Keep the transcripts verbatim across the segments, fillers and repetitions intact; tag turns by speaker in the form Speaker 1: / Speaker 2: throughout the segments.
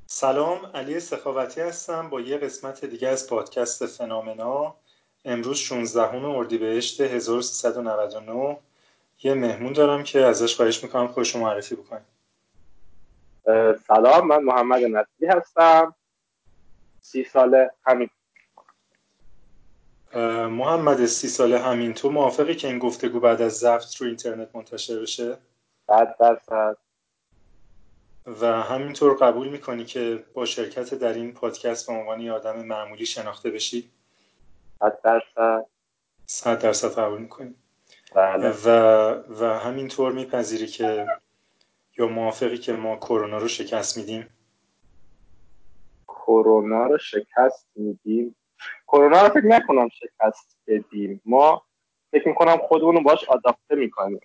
Speaker 1: سلام، علی سخاوتی هستم با یه قسمت دیگه از پادکست فنامنا. امروز شانزدهم اردیبهشت هزار و سیصد و نود و نه یه مهمون دارم که ازش خواهش میکنم خودشو معرفی بکنه.
Speaker 2: سلام، من محمد نصیری هستم. سی ساله همین.
Speaker 1: محمد سی ساله همین، تو موافقی که این گفتگو بعد از ضبط رو اینترنت منتشر بشه؟
Speaker 2: صد درصد.
Speaker 1: و همینطور قبول میکنی که با شرکت در این پادکست به عنوان یه آدم معمولی شناخته بشی؟
Speaker 2: صد درصد.
Speaker 1: صد درصد قبول میکنی.
Speaker 2: بله.
Speaker 1: و و همینطور میپذیری که یا موافقی که ما کرونا رو شکست میدیم؟
Speaker 2: کرونا رو شکست میدیم؟ کرونا رو فکر نکنم شکست بدیم. ما فکر میکنم خودمون رو باش آداپته میکنیم،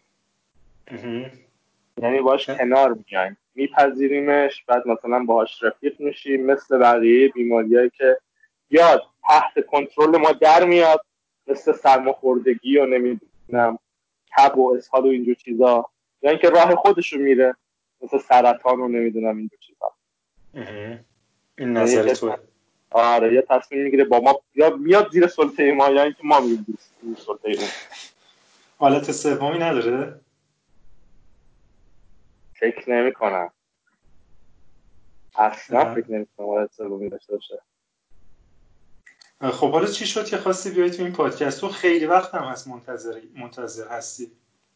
Speaker 2: یعنی باش کنار میایم، میپذیریمش، بعد مثلا باهاش رفیق میشیم، مثل بقیه بیماریایی که یاد تحت کنترل ما در میاد، مثل سرماخوردگی و نمیدونم تب و اسهال و اینجور چیزا، یا اینکه راه خودشو میره، مثل سرطان و نمیدونم اینجور چیزا.
Speaker 1: این نظر توه؟
Speaker 2: آره، یا تصمیم میگیره با ما، یا میاد زیر سلطه ما، یا اینکه ما میگیم زیر سلطه اون.
Speaker 1: حالت سومی نداره؟
Speaker 2: فکر نمی کنم، اصلا فکر نمی کنم حالت سومی داشته باشه.
Speaker 1: خب حالا چی شد که خواستی بیایی تو این پادکست؟ تو خیلی وقت هم هست منتظر منتظر هستی.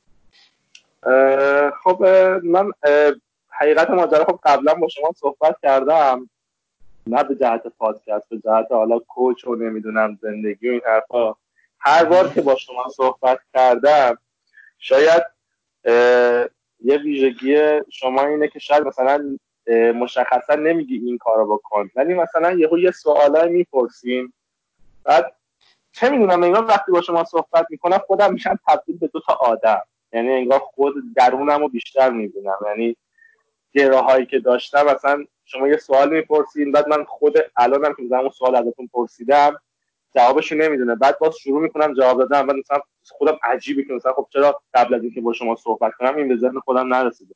Speaker 2: خب من حقیقت ماجرا خب قبلا با شما صحبت کردم، نه به جهت پادکست، به جهت حالا کوچ و نمیدونم زندگی و این حرفا. هر بار که با شما صحبت کردم شاید یه ویژگی شما اینه که شاید مثلا مشخصا نمیگی این کارو بکن، ولی مثلا یهو یه سوالای میپرسین، بعد چه میدونم انگار وقتی با شما صحبت میکنم خودم میشم تبدیل به دو تا آدم، یعنی انگار خود درونم رو بیشتر میبینم. یعنی گراهایی که داشتم، مثلا شما یه سوال میپرسین، بعد من خود الانم که اون سوال ازتون پرسیدم جوابشو نمیدونه، بعد باز شروع میکنم جواب دادن، بعد مثلا خودم عجیبه که مثلا خب چرا قبل از اینکه با شما صحبت کنم این به ذهن خودم نرسیده.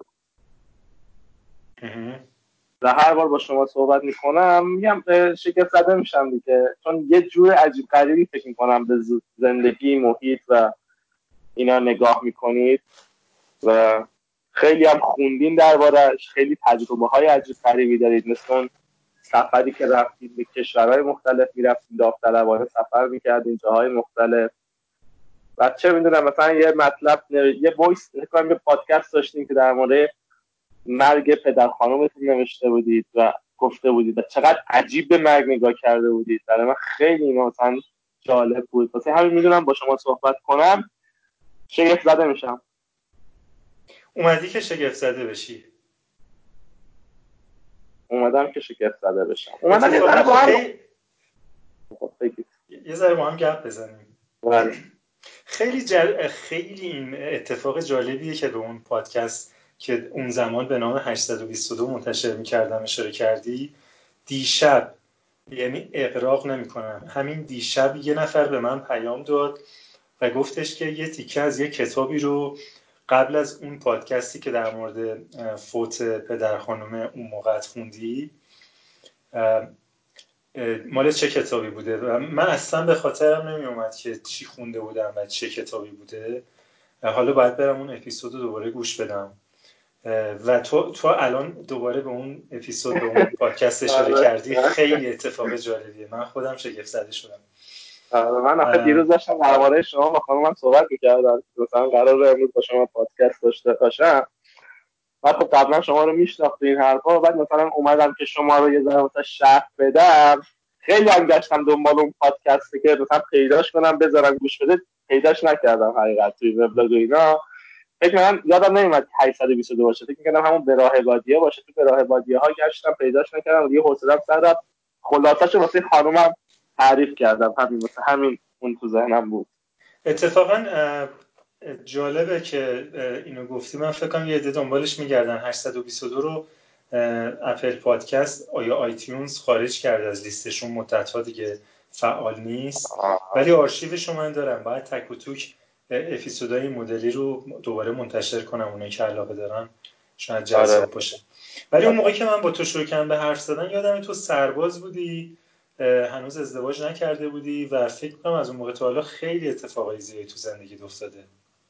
Speaker 2: و هر بار با شما صحبت میکنم میگم شگفت زده میشم دیگه، چون یه جور عجیب غریبی فکر میکنم به زندگی، محیط و اینا نگاه میکنید و خیلی هم خوندین دربارش، خیلی تجربه های عجیب غریبی دارید، مثل سفری که رفتید به کشورهای مختلف، میرفتید داوطلبانه سفر میکردید جاهای مختلف. و چه میدونم مثلا یه مطلب، یه وایس کنم، یه پادکست داشتیم که در مورد مرگ پدر خانومتون نوشته بودید و گفته بودید و چقدر عجیب به مرگ نگاه کرده بودید. برای من خیلی اینا مثلا جالب بود، واسه همین میدونم با شما صحبت کنم شگفت زده میشم.
Speaker 1: اومدی که شگفت زده بشی؟
Speaker 2: اومدم که شگفت زده بشم. اومدم یه
Speaker 1: ذره
Speaker 2: با هم
Speaker 1: یه ذره با هم گپ بزنیم. خیلی جل... خیلی این اتفاق جالبیه که به اون پادکست که اون زمان به نام هشتصد و بیست و دو منتشر می‌کردم اشاره کردی. دیشب، یعنی اغراق نمی‌کنم، همین دیشب یه نفر به من پیام داد و گفتش که یه تیکه از یه کتابی رو قبل از اون پادکستی که در مورد فوت پدر خانم اون موقع خوندی، مال چه کتابی بوده. و من اصلا به خاطرم نمی اومد که چی خونده بودم و چه کتابی بوده. حالا باید برم اون اپیزود رو دوباره گوش بدم. و تو تو الان دوباره به اون اپیزود، به اون پادکست اشاره کردی. خیلی اتفاق جالبیه، من خودم شگفت زده شدم.
Speaker 2: من آخه دیروز داشتم درباره شما با خانومم صحبت می‌کردم، مثلا قراره امروز با شما پادکست داشته باشم، بعد خب قبلا شما رو میشناخت این حرفا، بعد مثلا اومدم که شما رو یه ذره مثلا شرح بدم، خیلی هم گشتم دنبال اون پادکستی که مثلا پیداش کنم بذارم گوش بده، پیداش نکردم حقیقت توی وبلاگ و اینا. فکر کنم یادم نمیاد هشتصد و بیست و دو باشه، فکر می‌کردم همون به راه بادیه باشه. تو به راه بادیه ها گشتم پیداش نکردم، دیگه حوصله‌ام سر رفت. خلاصش واسه خانومم تعریف کردم، همین واسه همین اون تو ذهنم بود.
Speaker 1: اتفاقا جالبه که اینو گفتی. من فکر کنم یه عده دنبالش میگردن. هشتصد و بیست و دو رو اپل پادکست یا آیتیونز خارج کرده از لیستشون، مدت‌ها دیگه فعال نیست. ولی آرشیوشو من دارم، باید تک و توک اپیزودهای مدلی رو دوباره منتشر کنم، اونایی که علاقه دارن شاید جذاب باشه. ولی اون موقع که من با تو شروع کردم به حرف زدن یادم تو سرباز بودی، هنوز ازدواج نکرده بودی و فکر کنم از اون موقع تا حالا خیلی اتفاقای زیادی تو زندگی افتاده.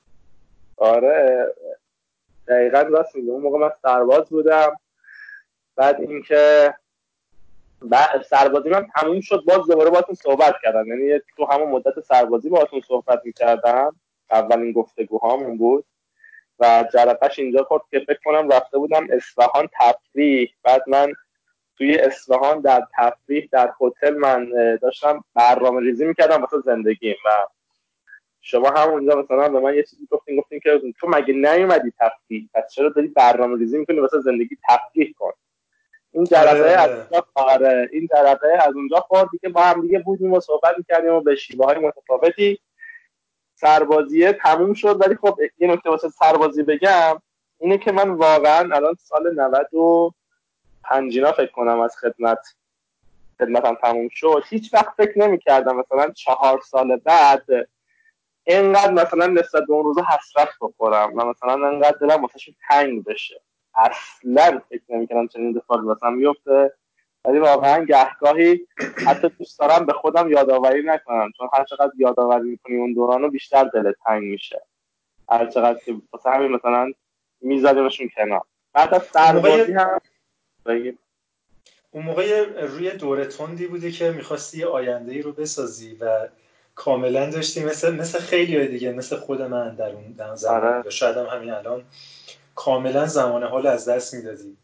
Speaker 2: آره دقیقاً راست میگی. اون موقع من سرباز بودم، بعد اینکه بعد سربازی من تموم شد باز دوباره باهاتون صحبت کردم، یعنی تو همون مدت سربازی باهاتون صحبت می‌کردم، اولین گفتگوهامون بود و جرقش اینجا خورد که فکر کنم رفته بودم اصفهان تفریح. بعد من توی اصفهان در تفریح در هتل من داشتم برنامه ریزی میکردم واسه زندگیم و شما همونجا مثلا به من یه چیزی گفتین گفتین که تو مگه نیومدی تفریح، پس چرا داری برنامه ریزی میکنی واسه زندگی؟ تفریح کن. این جرقه از اونجا آره این جرقه از اونجا خوردی که با هم دیگه بودیم و صحبت میکردیم و به شیوه های متفاوتی. سربازیه تموم شد. ولی خب یه نکته واسه سربازی بگم اینه که من واقعا الان سال نود و پنج فکر کنم از خدمت خدمتم تموم شد، هیچ وقت فکر نمی کردم مثلا چهار سال بعد اینقدر مثلا نسبت به اون روزا حسرت بخورم و مثلا اینقدر دلم واسه تنگ بشه. اصلا فکر نمی کردم چنین اتفاقی واسم میفته. ولی واقعا گهگاهی حتی دوست دارم به خودم یادآوری نکنم، چون هر چقدر یادآوری میکنی اون دورانو بیشتر دلت تنگ میشه، هر چقدر که واسه همین مثلا میذاریمشون کنار. بعد از سربازی هم بگید
Speaker 1: اون موقع روی دوره تندی بوده که میخواستی یه آینده‌ای رو بسازی و کاملا داشتی مثل مثل خیلی دیگه مثل خود من در اون در زمان آره. یا شاید هم همین الان کاملا زمان حال از دست میدادی.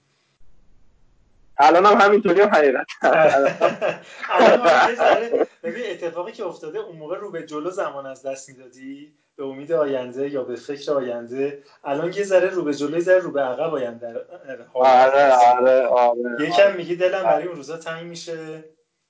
Speaker 2: الان هم همینطوری هم حقیقت
Speaker 1: الان یه ذره ببین اتفاقی که افتاده اون موقع رو به جلو زمان از دست میدادی به امید آینده یا به فکر آینده، الان یه ذره رو به جلو، یه ذره رو به عقب آینده.
Speaker 2: آره آره آره
Speaker 1: یکم میگی دلم برای اون روزا تنگ میشه.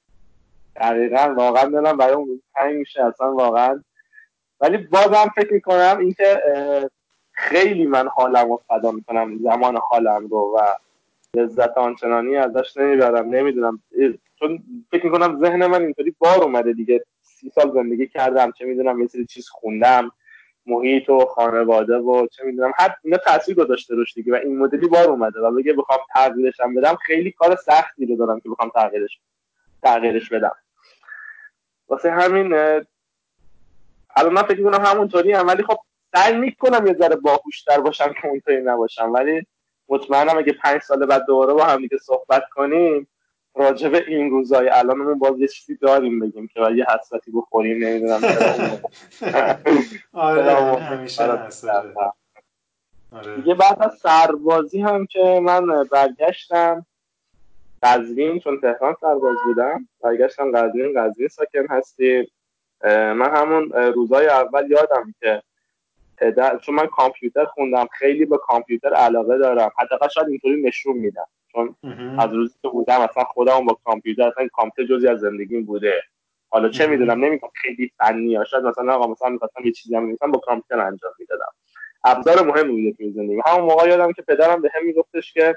Speaker 2: دقیقاً واقعا دلم برای اون روزا تنگ میشه اصلا واقعا. ولی بازم فکر میکنم اینکه خیلی من حالم رو فدا میکنم زمان حالم رو و لذت آنچنانی ازش نمیبرم. نمیدونم چون فکر میکنم ذهن من اینطوری بار اومده دیگه، سی سال زندگی کردم، چه میدونم یه سری چیز خوندم، محیط و خانواده و چه میدونم هر اینا تاثیر گذاشته روش دیگه و این مدلی بار اومده و بگه بخوام تغییرش هم بدم خیلی کار سختی رو دارم که بخوام تغییرش تغییرش بدم. واسه همین الان من فکر میکنم همونطوری هم، ولی خب سعی میکنم یه ذره باهوش‌تر باشم که اونطوری نباشم. ولی مطمئنم اگه پنج سال بعد دوباره با هم دیگه صحبت کنیم راجع به این روزای الانمون باز یه چیزی داریم بگیم که یه حسرتی بخوریم. نمیدونم چرا.
Speaker 1: آره همیشه هست.
Speaker 2: دیگه بعد از سربازی هم که من برگشتم قزوین، چون تهران سرباز بودم برگشتم قزوین. قزوین ساکن هستیم. من همون روزای اول یادم که چون من کامپیوتر خوندم خیلی به کامپیوتر علاقه دارم، حداقل شاید اینطوری نشون میدم، چون از روزی که بودم اصلا خودم با کامپیوتر اصلا کامپیوتر جزئی از زندگیم بوده. حالا چه میدونم نمیگم خیلی فنی ها، شاید مثلا آقا مثلا می‌خواستم یه چیزی هم بنویسم با کامپیوتر انجام میدادم. ابزار مهمی بوده تو زندگی. همون موقع یادم که پدرم بهم میگفتش که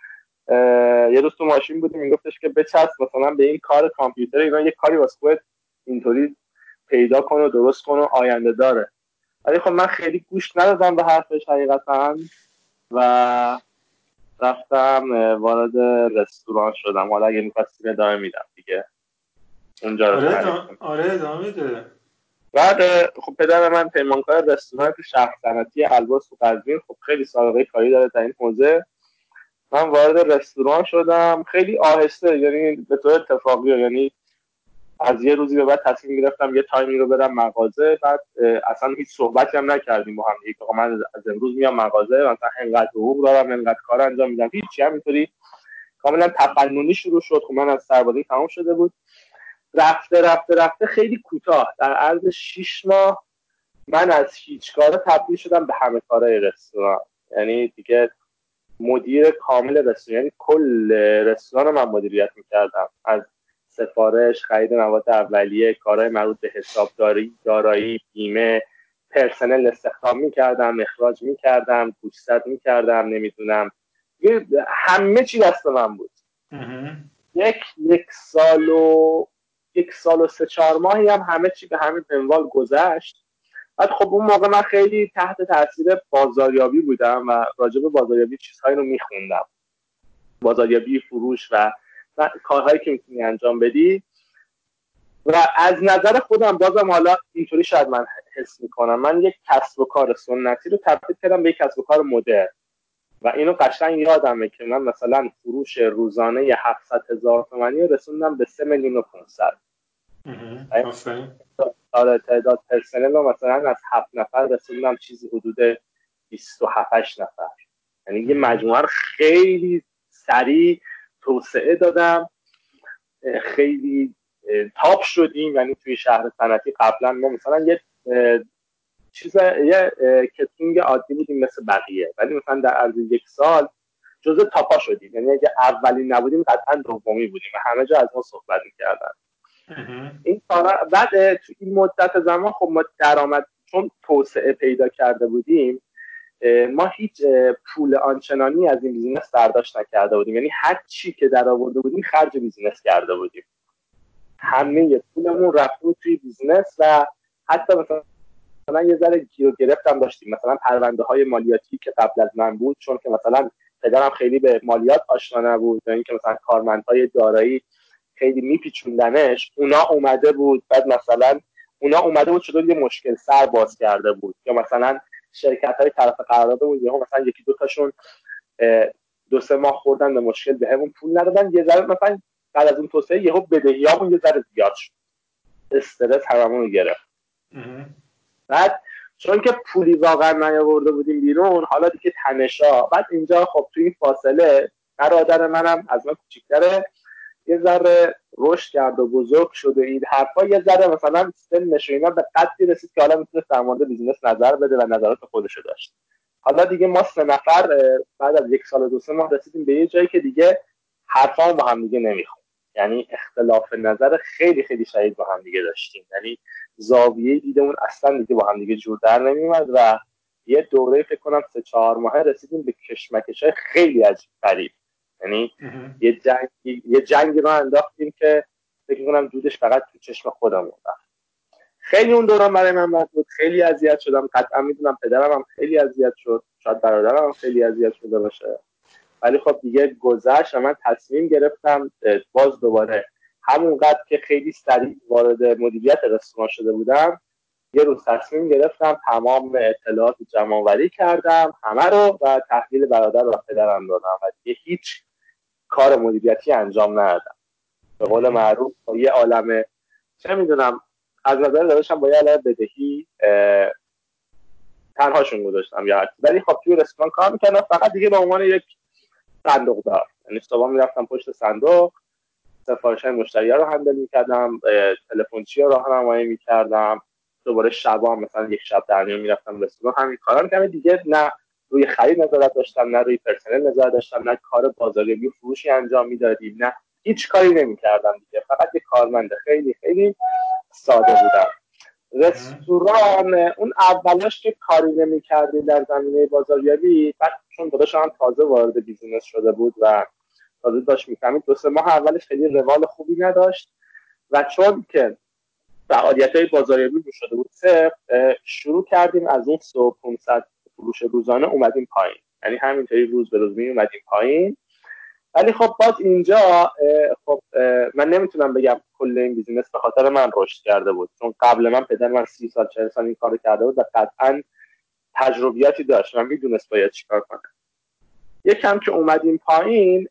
Speaker 2: یه دوست تو ماشین بودیم میگفتش که بچسب مثلا به این کار کامپیوتر، اینا یه کاری واسه خودت اینطوری پیدا کن و درست کن و آینده داره. ولی خب من خیلی گوش ندادم به حرفش حقیقتا و رفتم وارد رستوران شدم. حالا اگه می‌خواستین ادامه میدم دیگه اونجا رو
Speaker 1: آره دام... آره ادامه بده.
Speaker 2: بعد خب پدر من پیمانکار رستوران تو شهر صنعتی البرز تو قزوین، خب خیلی سابقه کاری داره در این حوزه. من وارد رستوران شدم خیلی آهسته، یعنی به طور اتفاقی، یعنی از یه روزی به بعد تصمیم گرفتم یه تایمی رو بدم مغازه. بعد اصلا هیچ صحبتی هم نکردیم با هم دیگه که من از امروز میام مغازه، مثلا انقدر حقوق دارم انقدر کار انجام میدم، هیچی. همینطوری کاملا تفننی شروع شد. خب من از سربازی تمام شده بود. رفته رفته رفته خیلی کوتاه در عرض شش ماه من از هیچ کاره تبدیل شدم به همه کاره رستوران. یعنی دیگه مدیر کامل رستوران، یعنی کل رستوران رو من مدیریت میکردم، از سفارش، خرید مواد اولیه، کارهای مربوط به حسابداری، دارایی، بیمه، پرسنل استخدام میکردم، اخراج میکردم، گوشزد میکردم، نمیدونم همه چی دست من بود. یک یک سال و یک سال و سه چهار ماهی هم همه چی به همین منوال گذشت. بعد خب اون موقع من خیلی تحت تاثیر بازاریابی بودم و راجع به بازاریابی چیزهایی رو میخوندم، بازاریابی، فروش و, و کارهایی که میتونی انجام بدی. و از نظر خودم بازم حالا اینطوری شاید من حس میکنم، من یک کسب و کار سنتی رو تبدیل کردم به یک کسب و کار مدرن و اینو قشنگ یادمه که من مثلا فروش روزانه ی هفتصد هزار تومانی رو رسوندم به سه میلیون و پانصد. آره تعداد پرسنل رو مثلا از هفت نفر رسوندم چیزی حدود بیست و هفت نفر. یعنی یه مجموعه رو خیلی سریع توسعه دادم، خیلی تاپ شدیم. یعنی توی شهر صنعتی قبلا ما مثلا یه چیز یه کترینگ عادی بودیم مثل بقیه، ولی مثلا در عرض یک سال جزء تاپا شدیم. یعنی اگه اولی نبودیم قطعا دومی بودیم و همه جا از ما صحبت می‌کردن. این بعد تو این مدت زمان خب ما درآمد چون توسعه پیدا کرده بودیم، ما هیچ پول آنچنانی از این بیزینس برداشت نکرده بودیم. یعنی هر چی که در آورده بودیم خرج بیزینس کرده بودیم، همه پولمون رفت بود توی بیزینس. و حتی مثلا مثلا یه ذره گیر و گرفت هم داشتیم، مثلا پرونده های مالیاتی که قبل از من بود، چون که مثلا پدرم خیلی به مالیات آشنا نبود و اینکه مثلا کارمندهای دارایی خیلی میپیچوندنش، اونا اومده بود. بعد مثلا اونا اومده بود شده یه مشکل سر باز کرده بود، یا مثلا شرکت های طرف قرارداد بود یهو مثلا یکی دو تاشون دو سه ماه خوردن به مشکل، به همون پول ندادن. یه ذره مثلا بعد از اون توسعه یهو بدهیامون یه ذره زیاد شد، استرس هممون رو گرفت. بعد چون که پولی واقعا نیاورده بودیم بیرون، حالا دیگه تنشا. بعد اینجا خب توی این فاصله برادر منم از من کوچیک‌تره، یه ذره رشد کرد و بزرگ شد و این حرفا، یه ذره مثلا سنش اینا به قدری رسید که حالا میتونه در مورد بیزینس نظر بده و نظرات خودشو داشت. حالا دیگه ما سه نفر بعد از یک سال و دو سه ماه رسیدیم به یه جایی که دیگه حرفا با هم دیگه نمیخوند. یعنی اختلاف نظر خیلی خیلی شدید با هم دیگه داشتیم. یعنی زاویه دیدمون اصلا دیگه با هم دیگه جور در نمیومد و یه دوره فکر کنم سه چهار ماهه رسیدیم به کشمکشای خیلی عجیب غریب. یعنی یه جنگ یه جنگی رو انداختیم که فکر کنم دودش فقط تو چشم خودمون رفت. خیلی اون دوران برای من بد بود، خیلی اذیت شدم. قطعا میدونم پدرم هم خیلی اذیت شد، شاید برادرم هم خیلی اذیت شده باشه. ولی خب دیگه گذشت و من تصمیم گرفتم باز دوباره همونقدر که خیلی سریع وارد مدیریت رستوران شده بودم، یه روز تصمیم گرفتم تمام اطلاعات جمع آوری کردم همه رو و تحویل برادر و پدرم دادم و دیگه هیچ کار مدیریتی انجام ندادم. به قول معروف با یه عالمه چه میدونم از نظر داداشم با یه عالمه بدهی تنهاشون گذاشتم یا ولی خب توی رستوران کار میکردم فقط دیگه به عنوان یک صندوق دار. یعنی صبح میرفتم پشت صندوق سفارش‌های مشتری‌ها رو هندل میکردم، تلفنچی‌ها رو راهنمایی میکردم، دوباره شبا مثلا یک شب در میون میرفتم رستوران همین کارا رو می‌کردم دیگه. نه روی خرید نظارت داشتم، نه روی پرسنل نظارت داشتم، نه کار بازاریابی و فروشی انجام میدادیم، نه هیچ کاری نمی‌کردم دیگه. فقط یک کارمند خیلی خیلی ساده بودم. رستوران اون اولاش که کاری نمی‌کردیم در زمینه بازاریابی، بعد چون داداشم هم تازه وارد بیزینس شده بود و تازه داشت می‌فهمید، دو سه ماه اولش خیلی روال خوبی نداشت و چون که فعالیت‌های بازاریابی رو شده بود صفر، شروع کردیم از اون صبح پانصد فروش روزانه اومدیم پایین. یعنی همینطوری روز به روز می اومدیم پایین. ولی خب باز اینجا خب من نمیتونم بگم کل این بیزینس به خاطر من رشد کرده بود، چون قبل من پدر من سی سال چهل سال این کارو کرده بود و قطعاً تجربیاتی داشت و میدونست باید چیکار کنه. یکم که اومدیم پایین،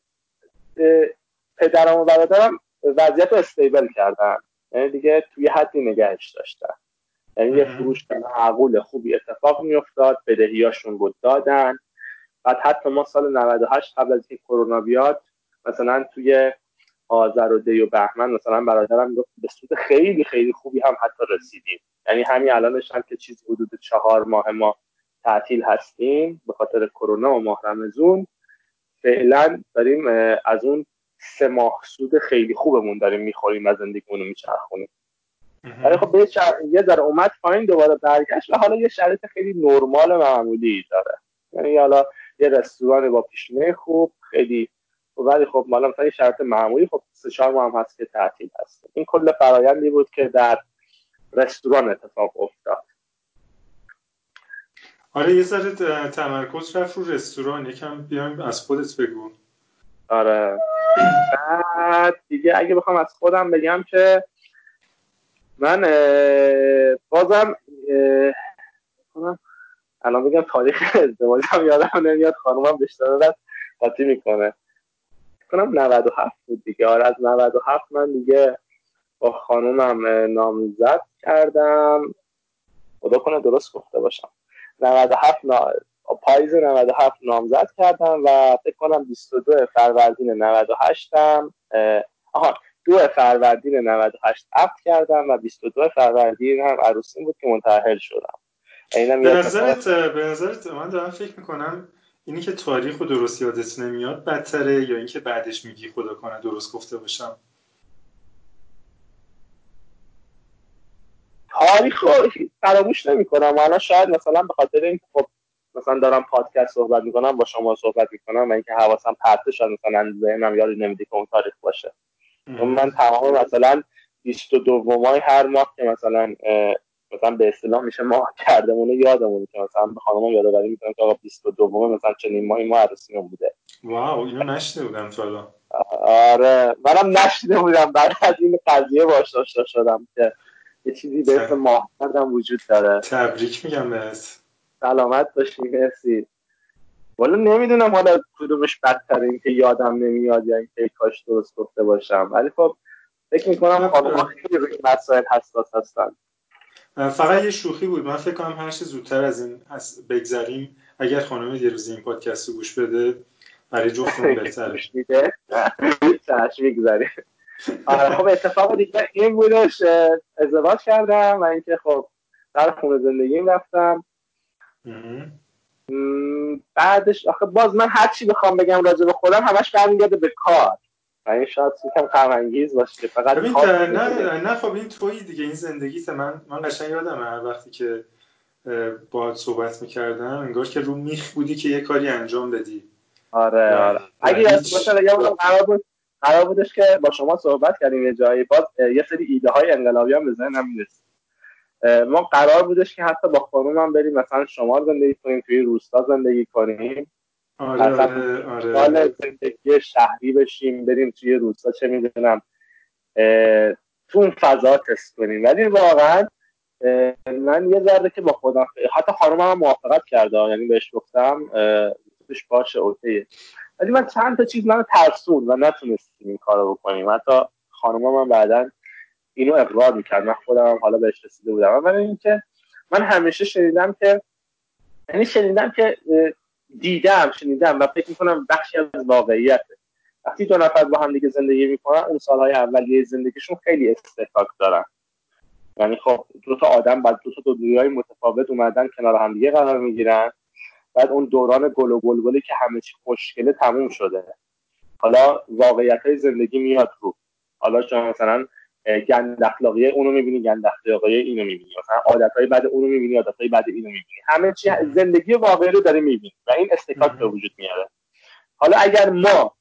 Speaker 2: پدرم و برادرم وضعیت رو استیبل کردن، یعنی دیگه توی حدی نگهش داشتن. یعنی یه فروش معقول خوبی اتفاق میافتاد، بدهیاشون بود دادن. بعد حتی ما سال نود و هشت قبل از اینکه کرونا بیاد مثلا توی آذر و دی و بهمن مثلا برادرم میگفت به سود خیلی خیلی خوبی هم حتی رسیدیم. یعنی همین الانش هم که چیز حدود چهار ماه ما تعطیل هستیم به خاطر کرونا و ماه رمضان، فعلا داریم از اون سه ماه سود خیلی خوبمون داریم میخوریم و زندگیمون رو میچرخونیم. ولی خب به یه ذره اومد پایین دوباره برگشت و حالا یه شرایط خیلی نرمال معمولی داره. یعنی حالا یه رستوران با پیشینه خوب خیلی، ولی خب حالا مثلا یه شرایط معمولی خب سه چهار ماه هم هست که تعطیل هست. این کل فرآیندی بود که در رستوران اتفاق افتاد.
Speaker 1: آره یه ذره تمرکز رفت رو رستوران. یکم بیایم از خودت بگو.
Speaker 2: آره بعد دیگه اگه بخوام از خودم بگم که من بازم الان بگم تاریخ ازدواجم یادم نمیاد، خانومم بیشتر قاطی میکنه، کنم نود و هفت بود دیگه. آره از نود و هفت من دیگه با خانومم نامزد کردم، خدا کنه درست گفته باشم، نود و هفت نا... پاییز نود و هفت نامزد کردم و فکر کنم بیست و دو فروردین نود و هشت هم آها دو فروردین نود و هشت عقد کردم و بیست و دو فروردین هم عروسیم بود که متأهل شدم.
Speaker 1: به نظرت به نظرت من دارم فکر میکنم اینی که تاریخ رو درست یادت نمیاد بدتره یا اینکه بعدش میگی خدا کنه درست گفته باشم؟
Speaker 2: تاریخ رو فراموش نمی کنم. الان شاید مثلا به خاطر اینکه خب مثلا دارم پادکست صحبت میکنم با شما صحبت میکنم و اینکه حواسم پرته شد مثلا ذهنم یاد نمیده که اون تاریخ باشه. من تمام مثلا بیست و دومای هر ماه که مثلا مثلا به اصطلاح میشه ماه کردمونه یادمونه که مثلا به خانمم یادآوری میکنم که آقا بیست و دو مثلا چنین ماهی ما عروسیمون بوده.
Speaker 1: واو اینو نشنیده بودم تا حالا.
Speaker 2: آره منم نشنیده بودم، بعد از این قضیه باهاش آشنا شدم که یه چیزی به اسم ماه کردم وجود داره.
Speaker 1: تبریک میگم بهت.
Speaker 2: سلامت باشی. مرسی. والا نمیدونم حالا کدومش بدتره، این که یادم نمیاد یا اینکه کاش درست گفته باشم، ولی خب فکر میکنم خانم‌ها خیلی روی مسائل حساس هستن.
Speaker 1: فقط یه شوخی بود. من فکر کنم هر چه زودتر از این بگذریم اگر خانم یه روز این پادکست رو گوش بده برای جفتمون بهتره.
Speaker 2: گوش میده چشم میگذاریم. آره خب اتفاق دیگه این بودش ازدواج کردم و اینکه خب در خونه زندگیم رفتم. بعدش آخه باز من هر چی بخوام بگم راجع به خودم همش برمیگرده به کار و این شاید یکم غم انگیز باشه فقط
Speaker 1: ببین نه نه خب این تویی دیگه، این زندگیت. من من قشنگ یادمه هر وقتی که باهات صحبت میکردم انگار که رو میخ بودی که یه کاری انجام بدی.
Speaker 2: آره آره اگه یاد باشه بگم قرار بود قرار بودش که با شما صحبت کردیم یه جایی، باز یه سری ایده های انقلابی هم به ذهنم میرسید. ما قرار بودش که حتی با خانومم بریم مثلا شمال زندگی کنیم، توی روستا زندگی کنیم،
Speaker 1: آره آره آره
Speaker 2: حال زندگی شهری بشیم، بریم توی روستا چه میدونم تو اون فضا تست کنیم. ولی واقعا من یه ذره که با خودم حتی خانومم هم موافقت کرده، یعنی بهش گفتم توش باشه اوکیه، ولی من چند تا چیز منو ترسون و نتونستیم این کارو بکنیم. حتی خانومم هم بعدن اینو اقرار میکرد، من خودم هم حالا بهش رسیده بودم. ولی اینکه من همیشه شنیدم که یعنی شنیدم که دیدم شنیدم و فکر میکنم بخشی از واقعیته، وقتی دو نفر با هم دیگه زندگی میکنن اون سالهای اولیه زندگیشون خیلی استحقاق دارن. یعنی خب دو تا آدم بعد دو تا دو دنیای متفاوت اومدن کنار هم دیگه قرار میگیرن، بعد اون دوران گل و بلبلی که همه چی خوشگله تموم شده، حالا واقعیت‌های زندگی میاد رو. حالا شما مثلا گند اخلاقی اونو میبینی، گند اخلاقی اینو میبینی، مثلا عادت‌های بد اونو میبینی، عادت‌های بد اینو میبینی، همه چی زندگی واقعی رو داری میبینی و این استکاک به وجود میاره. حالا اگر ما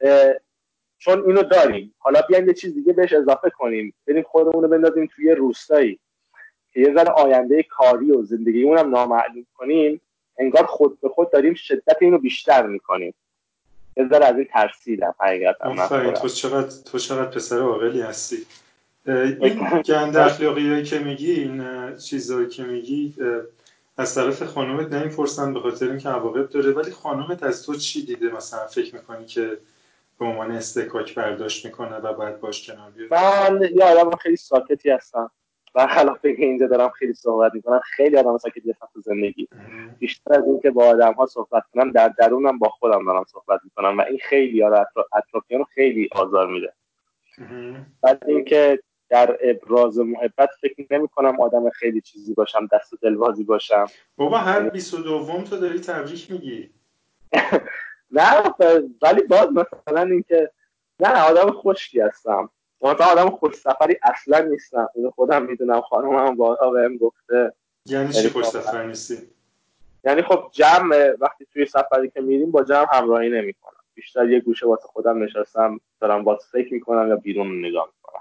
Speaker 2: چون اینو داریم حالا بیایم یه چیز دیگه بهش اضافه کنیم، بریم خودمون رو بندازیم توی روستایی که یه ذره آینده کاری و زندگی اونم نامعلوم کنیم، انگار خود به خود داریم شدت اینو بیشتر میکنیم. یه ذره از این ترسیدم حقیقتا.
Speaker 1: آفرین تو چقدر تو چقدر پسر عاقلی هستی. این گند اخلاقیایی که میگی، این چیزایی که میگی از طرف خانومت نمیپرسن به خاطر اینکه عواقب داره، ولی خانومت از تو چی دیده مثلا فکر میکنی که به عنوان استکاک برداشت میکنه و بعد باش کنار بیاد؟
Speaker 2: من یه آدم خیلی ساکتی هستم و خلاف اینکه اینجا دارم خیلی صحبت میکنم، خیلی آدم ساکتی هستم تو زندگی. بیشتر از اینکه با آدم ها صحبت کنم در درونم با خودم دارم صحبت میکنم و این خیلی یارو اطرافیان رو خیلی آزار میده. بعد اینکه در ابراز محبت فکر نمی کنم آدم خیلی چیزی باشم، دست و دلبازی باشم.
Speaker 1: بابا هر بیست و دوم تو داری تبریک میگی.
Speaker 2: نه ولی باز مثلا اینکه نه آدم خوشی هستم، مثلا آدم خوش سفری اصلا نیستم، اینو خودم میدونم، خانومم هم بارها بهم گفته.
Speaker 1: یعنی چی خوش سفر نیستی؟
Speaker 2: یعنی خب جمع وقتی توی سفری که میریم با جمع همراهی نمیکنم، بیشتر یه گوشه واسه خودم نشستم دارم واسه فکر میکنم یا بیرون نگاه میکنم.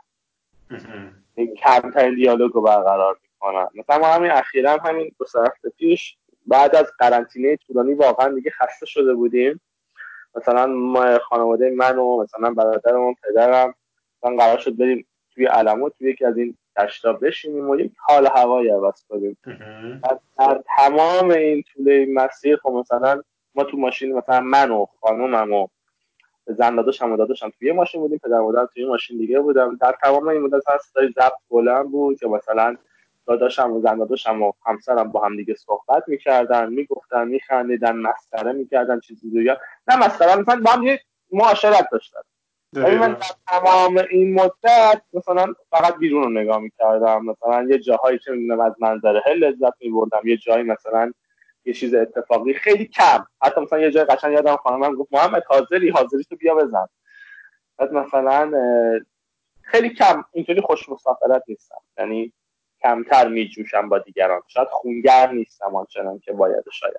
Speaker 2: این کمترین دیالوگ رو برقرار میکنم. مثلا ما همین اخیراً همین دو سه هفته پیش بعد از قرنطینه طولانی واقعا دیگه خسته شده بودیم. مثلا ما خانواده من و مثلا برادرم و پدرم مثلا قرار شد بریم توی علموت توی یکی از این دشتا بشینیم و یک حال هوایی عوض کنیم. در تمام این طول این مسیر خب مثلا ما تو ماشین، مثلا من و خانومم و زن داداشم و داداشم توی ماشین بودیم، پدر مادرم توی ماشین دیگه بودم. در تمام این مدت هست صدای ضبط بلند بود که مثلا داداشم و زن داداشم و همسرم با هم دیگه صحبت می‌کردن، میگفتن، میخندیدن، مسخره می‌کردن، چیزی دیگه نه مسخره، مثلا با هم یه معاشرت داشتن. ولی من در تمام این مدت مثلا فقط بیرون رو نگاه می‌کردم، مثلا یه جاهایی چه می‌دونم از منظره هل لذت می‌بردم، یه جایی مثلا یه چیز اتفاقی خیلی کم. حتی مثلا یه جای قشنگ یادم خانمم گفت محمد حاضری حاضری تو بیا بزن. بعد مثلا خیلی کم اینطوری خوش مسافرت نیستم، یعنی کمتر میجوشم با دیگران، شاید خونگر نیستم آنچنان که باید شاید،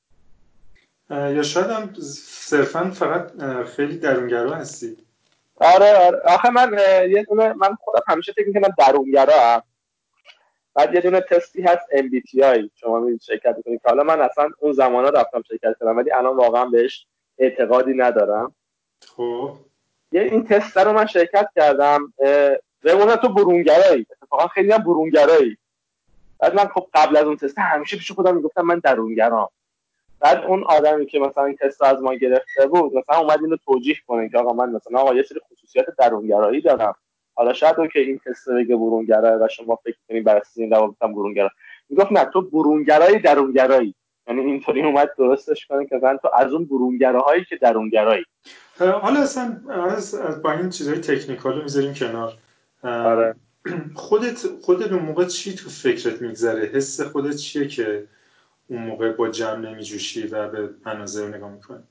Speaker 1: یا شاید هم صرفا فقط خیلی درونگرا هستی.
Speaker 2: آره آره آخه من یه دونه من خودم همیشه فکر می‌کنم درونگرا ام. بعد یه دونه تستی هست ام بی تی آی شما می‌رید شرکت می‌کنید که حالا من اصلا اون زمانا رفتم شرکت کردم ولی الان واقعا بهش اعتقادی ندارم.
Speaker 1: خب
Speaker 2: یه این تست رو من شرکت کردم، رمونا تو برونگرایی، اتفاقا خیلی هم برونگرایی. بعد من خب قبل از اون تست همیشه پیش خودم میگفتم من درونگرام. بعد اون آدمی که مثلا این تست از ما گرفته بود مثلا اومد اینو توجیه کنه که آقا من مثلا آقا یه سری خصوصیات درونگرایی دارم، حالا شاید اون که این تست بگه برونگرا و شما فکر کنید بر اساس این روابط برونگرا، میگفت نه تو برونگرایی درونگرایی. یعنی اینطوری اومد درستش کنه که مثلا تو از اون برونگراهایی که درونگرایی.
Speaker 1: حالا اصلا با این چیزای تکنیکال رو میذاریم کنار.
Speaker 2: آره.
Speaker 1: خودت خودت اون موقع چی تو فکرت میگذره؟ حس خودت چیه که اون موقع با جمع نمیجوشی و به مناظر نگاه میکنی؟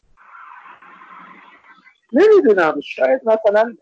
Speaker 2: نمیدونم، شاید مثلا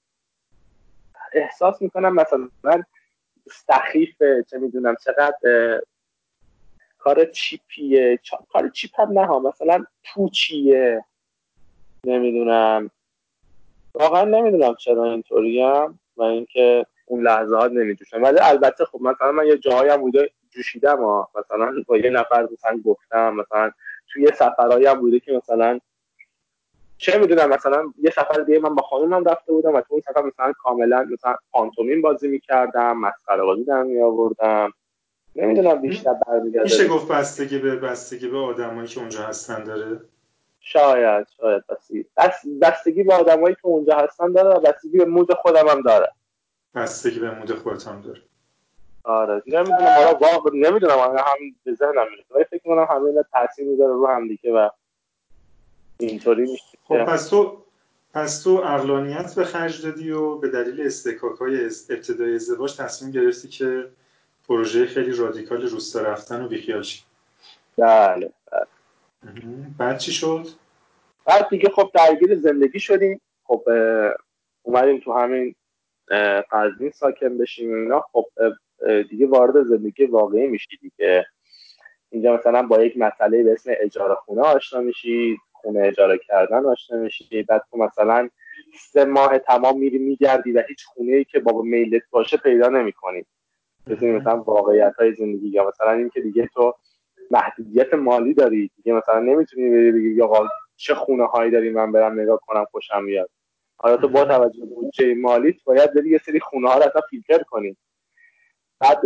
Speaker 2: احساس میکنم مثلا سخیفه، چه میدونم چقدر کار چیپیه، کار چیپ هم نه ها، مثلا پوچیه، نمیدونم واقعا نمیدونم چرا اینطوریم و اینکه اون لحظات نمیجوشم. ولی البته خب مثلا من یه جایی هم بوده جوشیدم ها، مثلا با یه نفر مثلا گفتم، مثلا توی یه سفرهایی هم بوده که مثلا چه میدونم مثلا یه سفر دیگه من با خانومم رفته بودم و تو اون سفر مثلا کاملا مثلا پانتومین بازی میکردم، مسخره بازی در میآوردم، نمیدونم بیشتر برمیگرده
Speaker 1: میشه گفت بستگی به بستگی به آدمایی که اونجا هستن داره.
Speaker 2: شاید شاید بستگی بستگی به آدمایی که اونجا هستن داره و بستگی به مود خودم هم داره.
Speaker 1: بستگی به مود خودت هم داره.
Speaker 2: آره نمیدونم حالا واقعا نمیدونم، من هم به ذهنم میاد ولی فکر می‌کنم همین تاثیر میذاره رو هم دیگه و اینطوری میشه.
Speaker 1: خب پس تو پس تو عقلانیت به خرج دادی و به دلیل استکاک‌های ابتدای ازدواج تصمیم گرفتی که پروژه خیلی رادیکال روستا رفتن و بیخیال شی.
Speaker 2: بله بله.
Speaker 1: بعد چی شد؟
Speaker 2: بعد دیگه خب درگیر زندگی شدیم، خب اومدیم تو همین قزوین ساکن بشیم و اینا. خب دیگه وارد زندگی واقعی میشی دیگه. اینجا مثلا با یک مسئله به اسم اجاره خونه آشنا میشی، خونه اجاره کردن آشنا میشی، بعد تو مثلا سه ماه تمام میری میگردی و هیچ خونه‌ای که با میلت باشه پیدا نمی‌کنی. مثلا واقعیت‌های زندگی، یا مثلا اینکه دیگه تو محدودیت مالی داری دیگه، مثلا نمیتونی بری بگی آقا چه خونه هایی داری من برم نگاه کنم خوشم بیاد. حالا تو با توجه به بودجه مالیت باید بری یه سری خونه ها رو اصلا فیلتر کنی. بعد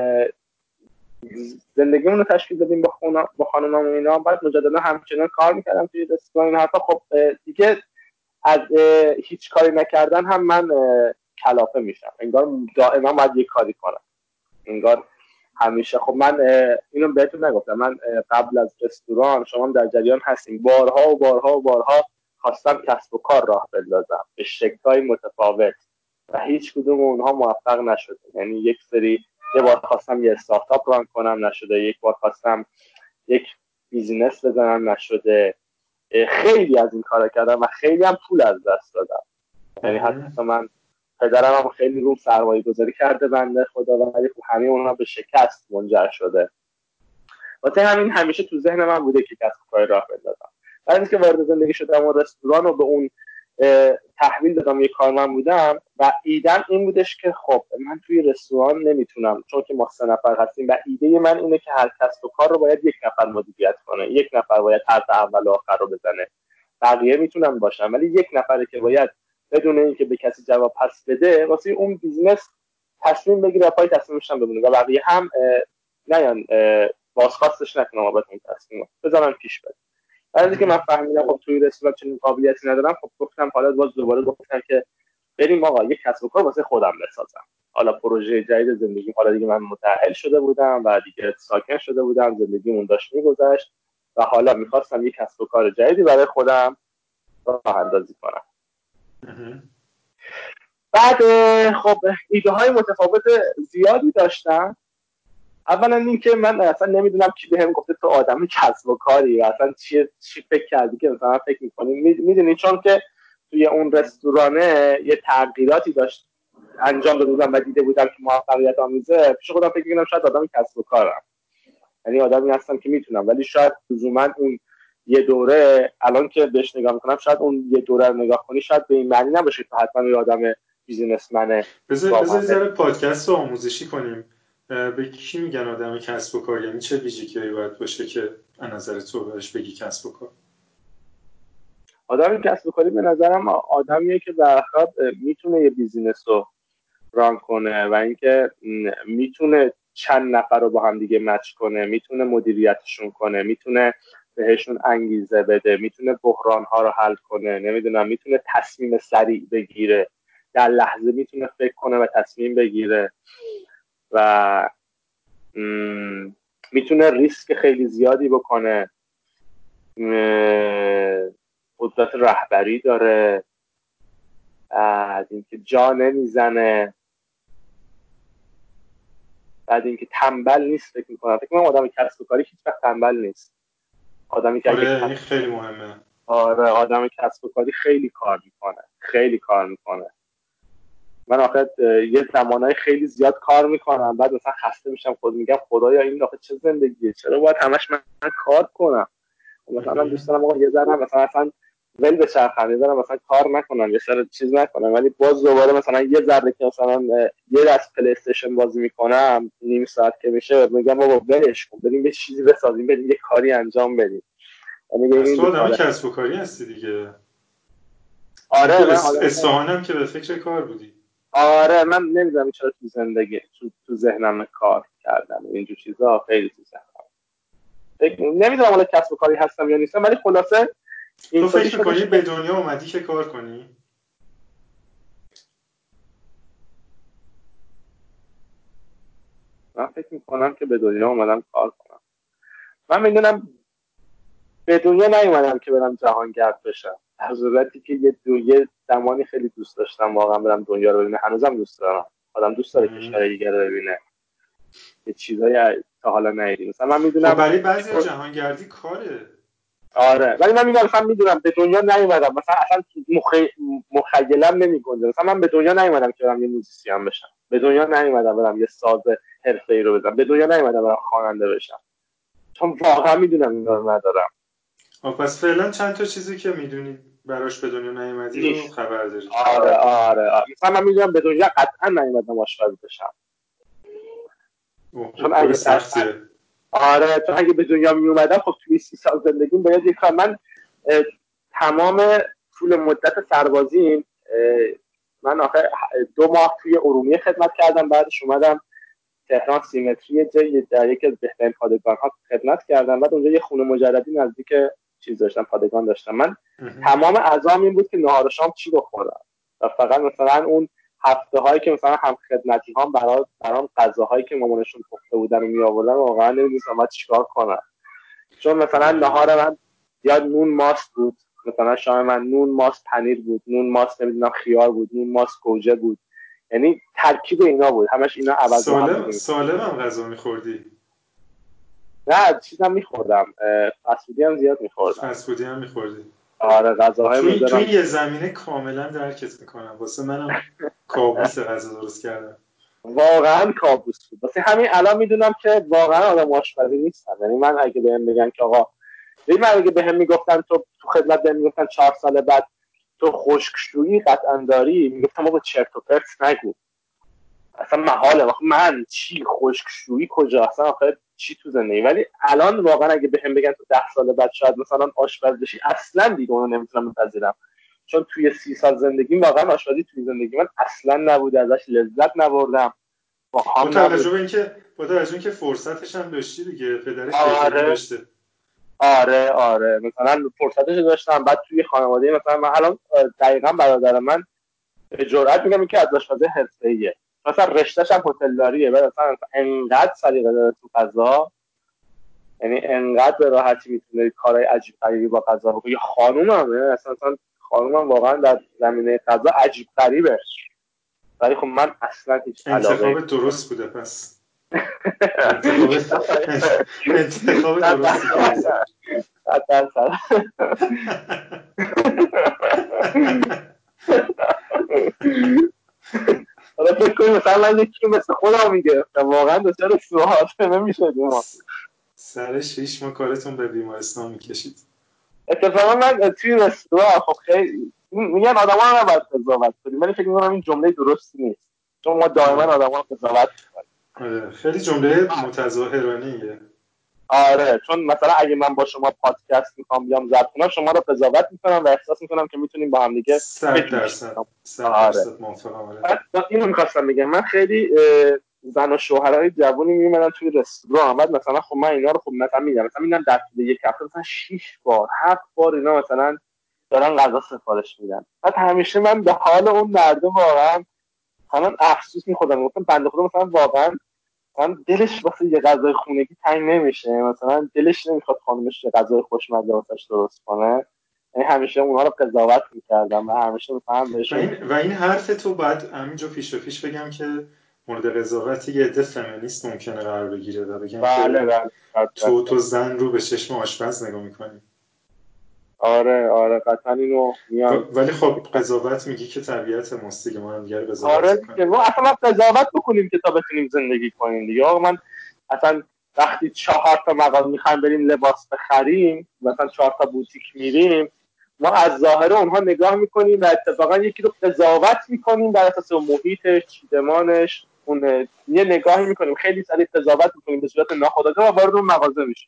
Speaker 2: زندگیمون رو تشکیل دادیم با خونه با خانمم و اینا. بعد مجددا همچنان کار میکردم توی رستوران این حرفا. خب دیگه از هیچ کاری نکردن هم من کلافه میشم، انگار دائما باید یه کاری کنم، انگار همیشه. خب من اینو بهتون نگفتم، من قبل از رستوران، شما هم در جریان هستیم، بارها و بارها و بارها خواستم کسب و کار راه بندازم به شکل‌های متفاوت و هیچ کدوم اونها موفق نشده. یعنی یک سری یه بار خواستم یه استارتاپ ران کنم نشده، یک بار خواستم یک بیزینس بزنم نشده، خیلی از این کارا کردم و خیلی هم پول از دست دادم. یعنی حتی من پدرم هم خیلی روم سرمایه گذاری کرده بنده خدا، ولی همه اونها به شکست منجر شده. واسه همین همیشه تو ذهن من بوده که کسب و کار راه بندازم. بعد اینکه وارد زندگی شدم و رستوران و به اون تحویل دادم، یه کارمند بودم و ایدم این بودش که خب من توی رستوران نمیتونم، چون که ما سه نفر هستیم و ایده من اینه که هر کسب و کار رو باید یک نفر مدیریت کنه، یک نفر باید حرف اول و آخر رو بزنه، بقیه میتونن باشن ولی یک نفره که باید بدون اینکه به کسی جواب پس بده واسه اون بیزنس تصمیم بگیره، پای تصمیمش هم بمونه و بقیه هم نیان بازخواستش نکنم بابت این تصمیم بزنن پیش بره. بعد اینکه من فهمیدم خب توی رستوران چنین قابلیتی ندارم، خب گفتم حالا باز دوباره گفتم که بریم آقا یک کسب و کار واسه خودم بسازم. حالا پروژه جدید زندگی، حالا دیگه من متأهل شده بودم و دیگه ساکن شده بودم، زندگیمون داشت میگذشت و حالا میخواستم یک کسب و کار جدیدی برای خودم راه اندازی کنم. بعد خب ایده های متفاوت زیادی داشتم. اولا اینکه من اصلا نمیدونم کی بهم گفته تو آدم کسب و کاری، اصلا چی چی فکر کردی که مثلا فکر می‌کنی میدونی، چون که توی اون رستورانه یه تغییراتی داشت انجام داده بودم و دیده بودم که موفقیت آمیزه، پیش خودم فکر می‌کردم شاید آدم کسب و کارم، یعنی آدمی هستم که میتونم، ولی شاید لزوما اون یه دوره الان که بهش نگاه میکنم شاید اون یه دوره رو نگاه کنی شاید به این معنی نباشه که حتما یه آدم بیزینسمنه.
Speaker 1: بذار بذار ذره پادکست رو آموزشی کنیم. به کی میگن آدم کسب و کار؟ یعنی چه ویژگی‌هایی باید باشه که از نظر تو بهش بگی کسب و کار؟
Speaker 2: آدم کسب و کاری به نظرم آدمیه که در حقیقت میتونه یه بیزینس رو ران کنه و اینکه میتونه چند نفر رو با هم دیگه مچ کنه، میتونه مدیریتشون کنه، میتونه بهشون انگیزه بده، میتونه بحران‌ها رو حل کنه، نمیدونم میتونه تصمیم سریع بگیره، در لحظه میتونه فکر کنه و تصمیم بگیره و میتونه ریسک خیلی زیادی بکنه، قدرت رهبری داره، بعد اینکه جا نمیزنه، بعد اینکه تنبل نیست. فکر میکنم فکر میکنم آدم کسب و کاری هیچ وقت تنبل نیست. آدمی که
Speaker 1: آره این خیلی مهمه.
Speaker 2: آره آدم کسب و کاری خیلی کار میکنه، خیلی کار میکنه. من آخه یه زمانهای خیلی زیاد کار میکنم، بعد مثلا خسته میشم، خود میگم خدایا این آخه چه زندگیه، چرا باید همش من, من کار کنم؟ مثلا من دوست دارم آقا یه ذره مثلا اصلا ول بچرخم، یه ذره مثلا کار نکنم، یه سر چیز نکنم، ولی باز دوباره مثلا یه ذره که مثلا یه دست پلی استیشن بازی میکنم نیم ساعت که میشه میگم بابا ولش کن، بریم یه چیزی بسازیم، بریم یه کاری انجام بدیم.
Speaker 1: یعنی تو آدم کسب و کاری هستی دیگه.
Speaker 2: آره من
Speaker 1: اصفهانم که به فکر کار بودی.
Speaker 2: آره من نمیدونم چرا تو زندگی تو, تو ذهنم کار کردم اینجور چیزا خیلی تو ذهنم، نمیدونم حالا کسب و کاری هستم یا نیستم، ولی خلاصه
Speaker 1: تو فکر میکنی به دنیا اومدی که کار کنی؟
Speaker 2: من فکر میکنم که به دنیا اومدم کار کنم. من میدونم به دنیا نیومدم که برم جهانگرد بشم، در صورتی که یه دویه زمانی خیلی دوست داشتم واقعا برم دنیا رو ببینم، هنوزم دوست دارم. آدم دوست داره کشور دیگه رو ببینه، یه چیزایی تا حالا ندیدیم. مثلا من میدونم
Speaker 1: خب برای بعضی جهانگردی کاره.
Speaker 2: آره ولی من میگم مثلا میدونم به دنیا نیومدم، مثلا اصلا مخ... مخیلم نمیگنجه. مثلا من به دنیا نیومدم که برم یه موزیسین بشم، به دنیا نیومدم برم یه ساز حرفه‌ای رو بزنم، به دنیا نیومدم برم خواننده بشم، چون واقعا میدونم اینا رو ندارم.
Speaker 1: آه پس فعلا چند تا چیزی که میدونی براش به دنیا نیومدی رو خبر داری.
Speaker 2: آره آره آره مثلا من میدونم به دنیا قطعا نیومدم آشپز بشم.
Speaker 1: اوه چون اگه سختیه.
Speaker 2: آره چون اگه به دنیا می اومدم خب توی سی سال زندگیم باید یک کار، من تمام طول مدت سربازیم من آخه دو ماه توی ارومیه خدمت کردم، بعدش اومدم تهران سیمتری جای در یکی از بهترین پادگان ها خدمت کردم، بعد اونجا یه خونه مجردی نزدیک چیز داشتم، پادگان داشتم. من تمام عزام این بود که نهار و شام چی بخورم و فقط مثلا اون هفته هایی که مثلا هم خدمتی ها برای برام غذاهایی که مامانشون پخته بودن رو می آوردن واقعا نمی‌دونستم باید چیکار کنم، چون مثلا نهار من یا نون ماست بود، مثلا شام من نون ماست پنیر بود، نون ماست نمیدونم خیار بود، نون ماست گوجه بود، یعنی ترکیب اینا بود، همش اینا عوض با هم
Speaker 1: دیگه. سالم هم غذا می‌خوردی؟
Speaker 2: نه چیزام می‌خوردم، فسفودی هم زیاد می‌خوردم.
Speaker 1: فسفودی هم می‌خوردی؟
Speaker 2: آره غذاهای
Speaker 1: مدرن. تو یه زمینه کاملا درکت می‌کنم، واسه منم کابوس غذا درست کردم.
Speaker 2: واقعا کابوس بود. واسه همین الان میدونم که واقعا آدم آشپزی نیستم. یعنی من اگه بهم بگن که آقا، من اگه بهم میگفتن تو تو خدمت بهم میگفتن چهار سال بعد تو خشکشویی قطعا داری، میگفتم آقا چرت و پرت نگو، اصلا محاله واقعا من چی خشکشویی کجا، اصلا آخه چی تو زندگی. ولی الان واقعا اگه بهم بگن تو ده سال بعد شاید مثلا آشپز بشی، اصلا دیگه اونو نمیتونم بپذیرم، چون توی سی سال زندگی واقعا آشپزی توی زندگی من اصلا نبوده، ازش لذت نبردم،
Speaker 1: با
Speaker 2: باهام
Speaker 1: توجه
Speaker 2: نبود.
Speaker 1: به اینکه با توجه به اینکه فرصتش هم داشتی دیگه، پدر کیترینگ
Speaker 2: آره
Speaker 1: داشته.
Speaker 2: آره آره مثلا فرصتش داشتم. بعد توی خانواده مثلا من الان دقیقاً برادر من به جرئت میگم که از آشپزی حرفه‌ایه، مثلا رشته‌ش هم هتلداریه، بعد مثلا انقدر سلیقه داره تو غذا، یعنی انقدر به راحتی میتونه کارهای عجیب غریبی با غذا بکنه. یه خانومم اصلا اصلا خانومم واقعا در زمینه غذا عجیب غریبه، ولی خب من اصلا هیچ علاقه
Speaker 1: انتخاب درست بوده پس. انتخاب انتخاب درستی کردی.
Speaker 2: حتی حالا فکر کنیم مثلا من یکی مثل خودم میگرفتم واقعا دچار سوء نمیشدیم ما.
Speaker 1: سرش ریش ما کارتون به بیمارستان میکشید.
Speaker 2: اتفاقا من توی رستوران خب خیلی میگن آدم ها نباید قضاوت کنیم، ولی فکر میکنم این جمله درستی نیست، چون ما دائما آدم ها قضاوت
Speaker 1: میکنیم. خیلی جمله متظاهرانه‌ایه.
Speaker 2: آره چون مثلا اگه من با شما پادکست میخوام بیام ضبط کنم، شما رو قضاوت میکنم و احساس میکنم که میتونیم با هم دیگه
Speaker 1: صد درصد صد درصد موافقم.
Speaker 2: آره اینو میخواستم بگم، من خیلی زن و شوهرای جوونی میومدن توی رستوران، بعد مثلا خب من اینا رو خب مثلا میگم مثلا میگم در طول یک هفته مثلا شش بار هفت بار اینا مثلا دارن غذا سفارش میدن، بعد همیشه من به حال اون مردم واقعا مثلا افسوس میخوردم، گفتم بنده خدا مثلا واقعا من دلش واسه یه غذای خونگی تنگ نمیشه، مثلا دلش نمیخواد خانمش یه غذای خوشمزه واسش درست کنه، یعنی همیشه اونها رو قضاوت میکردم و همیشه مثلا
Speaker 1: و این و این حرف تو باید همینجا پیش به پیش بگم که مورد قضاوت یه عده فمینیست ممکنه قرار بگیره و بگن
Speaker 2: بله
Speaker 1: که
Speaker 2: بله
Speaker 1: تو تو زن رو به چشم آشپز نگاه میکنی.
Speaker 2: آره آره قطعا اینو میان.
Speaker 1: ولی خب قضاوت میگی که طبیعت ماست دیگه، ما هم دیگه قضاوت
Speaker 2: آره
Speaker 1: میکنیم.
Speaker 2: ما اصلا قضاوت بکنیم که تا بتونیم زندگی کنیم دیگه. آقا من اصلا وقتی چهار تا مغازه میخوایم بریم لباس بخریم، مثلا چهار تا بوتیک میریم، ما از ظاهر اونها نگاه میکنیم و اتفاقا یکی رو قضاوت میکنیم بر اساس محیطش، چیدمانش، اون یه نگاهی میکنیم خیلی سریع قضاوت میکنیم به صورت ناخودآگاه و وارد اون مغازه میشیم.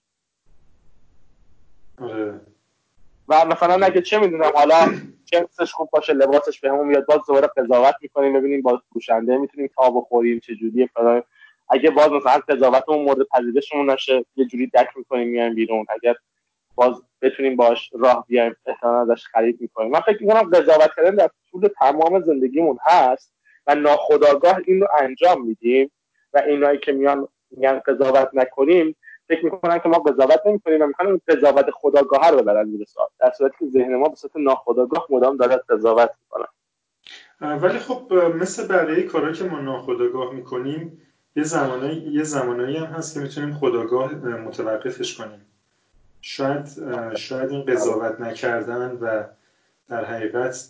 Speaker 1: آره.
Speaker 2: و مثلا اگه چه میدونم حالا جنسش خوب باشه، لباسش بهمون میاد، باز دوباره قضاوت میکنیم ببینیم باز فروشنده میتونیم تا بخوریم چه جوریه فلان. اگه باز مثلا قضاوتمون مورد پذیرشمون نشه یه جوری دک میکنیم میایم بیرون، اگر باز بتونیم باش راه بیایم احتمالاً ازش خرید میکنیم. من فکر میکنم قضاوت کردن در طول تمام زندگیمون هست و ناخودآگاه این رو انجام میدیم و اینایی که میان میگن قضاوت نکنیم فکر میکنن که ما قضاوت نمیکنیم و میخوان قضاوت خودآگاه رو ببرن زیر سوال، در صورتی که ذهن ما به صورت ناخودآگاه مدام داره قضاوت میکنه.
Speaker 1: ولی خب مثل بقیه کارهایی که ما ناخودآگاه میکنیم یه زمانایی یه زمانایی هم هست که میتونیم خودآگاه متوقفش کنیم. شاید شاید این قضاوت نکردن و در حقیقت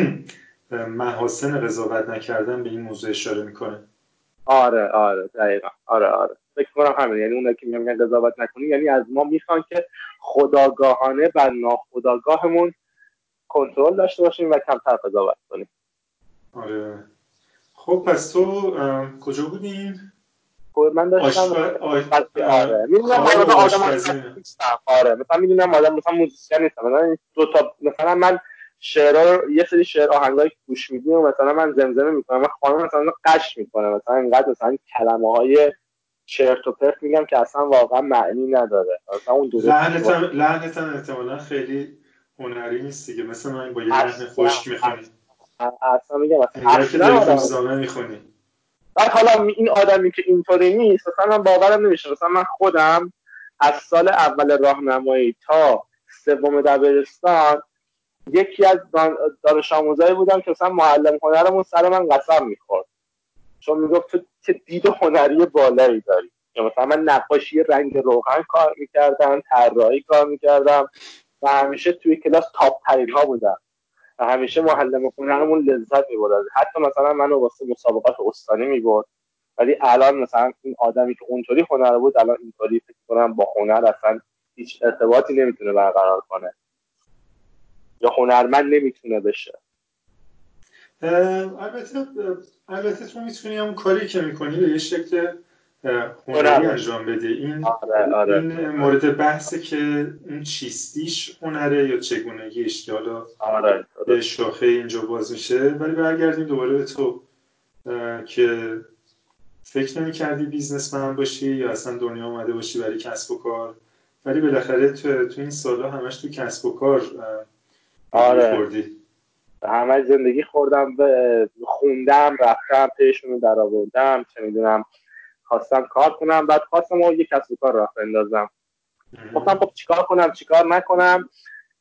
Speaker 1: محاسن قضاوت نکردن به این موضوع اشاره میکنه.
Speaker 2: آره آره دقیقاً آره آره فکر کنم همین، یعنی اونایی که میگن قضاوت نکنیم یعنی از ما میخوان که خودآگاهانه بر ناخودآگاهمون کنترل داشته باشیم و کمتر قضاوت کنیم.
Speaker 1: آره. خب پس تو کجا بودیم؟
Speaker 2: من داشتم
Speaker 1: آره
Speaker 2: میدونم
Speaker 1: کار و
Speaker 2: آدم
Speaker 1: آشپزی.
Speaker 2: آره مثلا میدونم آدم مثلا موزیسین نیستم، مثلا دو تا مثلا من شعرها رو یه سری شعر آهنگایی که گوش میدیم و مثلا من زمزمه میکنم، من خانم مثلا قش میکنه، مثلا اینقدر مثلا کلمه های چرت و پرت میگم که اصلا واقعا معنی نداره، مثلا اون درست
Speaker 1: لحنت هم لحنت هم احتمالاً خیلی هنری نیست دیگه، مثل من با یه لحن خشک میخونی.
Speaker 2: اصلا میگم
Speaker 1: انگار که
Speaker 2: اصلا
Speaker 1: داری
Speaker 2: آدم
Speaker 1: روزنامه میخونی.
Speaker 2: بعد حالا این آدمی که اینطوری نیست مثلا من باورم نمیشه، مثلا من خودم از سال اول راهنمایی تا سوم دبیرستان یکی از دانش آموزایی بودم که مثلا معلم هنرمون سر من قسم میخورد، چون میگفت تو چه دید هنری بالایی داری، یا مثلا من نقاشی رنگ روغن کار میکردم، طراحی کار میکردم و همیشه توی کلاس تاپ ترین ها بودم و همیشه معلم هنرمون لذت میبرد، حتی مثلا منو واسه مسابقات استانی میبرد. ولی الان مثلا این آدمی که اونطوری هنر بود الان اینطوری فکر کنم با هنر اصلا هیچ ارتباطی نمیتونه برقرار کنه. یا هنرمند نمیتونه بشه؟
Speaker 1: البته البته تو میتونی هم کاری که میکنی به یه شکل هنری انجام بده. این
Speaker 2: آره آره.
Speaker 1: این مورد بحثه که اون چیستیش هنره یا چگونگیش، که حالا
Speaker 2: آره
Speaker 1: یه شاخه اینجا باز میشه. ولی برگردیم دوباره به تو که فکر نمی کردی بیزنسمن باشی یا اصلا دنیا اومده باشی برای کسب و کار، ولی بالاخره تو, تو این سالا همش تو کسب و کار
Speaker 2: آره
Speaker 1: خوردی.
Speaker 2: همه زندگی خوردم، خوندم، رفتم پیشون رو در آوردم، چه میدونم خواستم کار کنم، بعد خواستم و یک کسب و کار راه بندازم. گفتم خب چیکار کنم چیکار نکنم.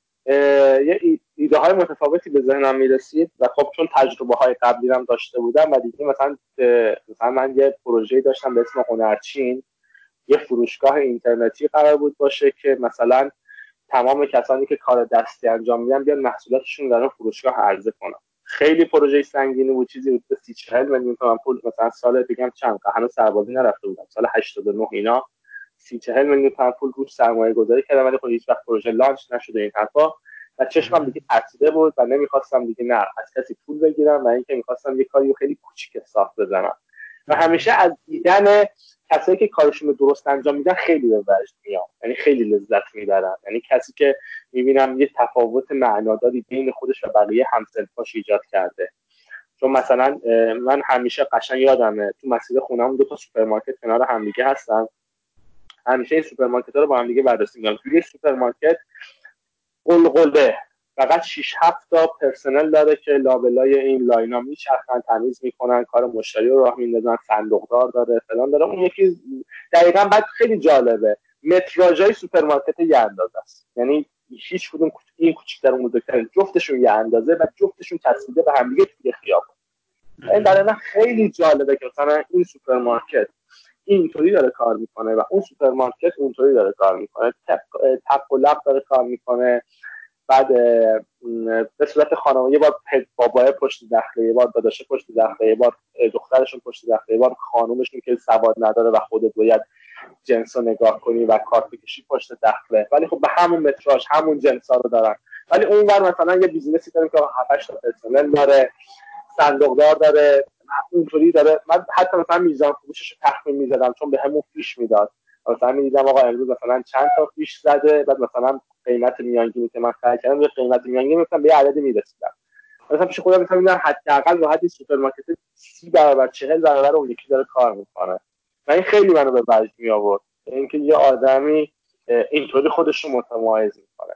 Speaker 2: یه ایده های متفاوتی به ذهنم میرسید و خب چون تجربه های قبلی هم داشته بودم و دیگه مثلا مثلا من یه پروژه‌ای داشتم به اسم هنرچین، یه فروشگاه اینترنتی قرار بود باشه که مثلا تمام کسانی که کار دستی انجام میدن بیان محصولاتشون در اون فروشگاه عرضه کنن. خیلی پروژه سنگینی بود، چیزی بود به سی چهل میلیون تومان پول، مثلا سال بگم چند هنوز سربازی نرفته بودم، سال هشتاد و نه اینا سی چهل میلیون تومان پول روش سرمایه گذاری کردم، ولی خب هیچ وقت پروژه لانچ نشده این حرفا و چشمم دیگه ترسیده بود و نمیخواستم دیگه نه از کسی پول بگیرم و اینکه میخواستم یه کاری خیلی کوچیک ساخت بزنم و همیشه از دیدن کسایی که کارشون رو درست انجام میدن خیلی به وجد میام، یعنی خیلی لذت میبرم. یعنی کسی که میبینم یه تفاوت معناداری بین خودش و بقیه همسنفاش ایجاد کرده. چون مثلا من همیشه قشنگ یادمه تو مسیر خونم دو تا سوپرمارکت کنار همدیگه هستن، همیشه این سوپرمارکت‌ها رو با هم دیگه بررسی می‌کنم. توی سوپرمارکت قلقله فقط شش هفت تا پرسنل داره که لابلای این لاینا میچرخن، تمیز میکنن، کار مشتری رو راه میندازن، صندوقدار داره، فلان داره. اون یکی دقیقاً بعد خیلی جالبه متراژهای سوپرمارکت یه اندازه است، یعنی هیچ کدوم این کوچیک‌تر اون بزرگتر جفتشون یه اندازه و جفتشون چسبیده به هم دیگه توی خیابون. این برای من خیلی جالبه که مثلا این سوپرمارکت اینطوری داره کار میکنه و اون سوپرمارکت اونطوری داره کار میکنه، تپ و لب داره کار میکنه. بعد به صورت خانواده یه بار بابای پشت دخله، یه بار داداشه پشت دخله، یه بار دخترشون پشت دخله، یه بار خانومشون که سواد نداره و خودت باید جنس رو نگاه کنی و کارت بکشی پشت دخله، ولی خب به همون متراژ همون جنسا رو دارن. ولی اونور مثلا یه بیزینسی داریم که هفت تا پرسنل داره، صندوقدار داره، اونطوری داره. من حتی مثلا میزان فروشش رو تخمین میزدم چون به همون فیش میداد، مثلا میدیدم آقا امروز مثلا چند تا فیش زده، بعد مثلا قیمت میانگینی که من خرید کردم به قیمت میانگینی مثلا به عددی میرسیدم. مثلا پیش خودم مثلا میدونم حداقل واحد سوپرمارکت سی برابر چهل برابر اون یکی داره کار میکنه و این خیلی منو به وجد می آورد، اینکه یه آدمی اینطوری خودش رو متمایز میکنه.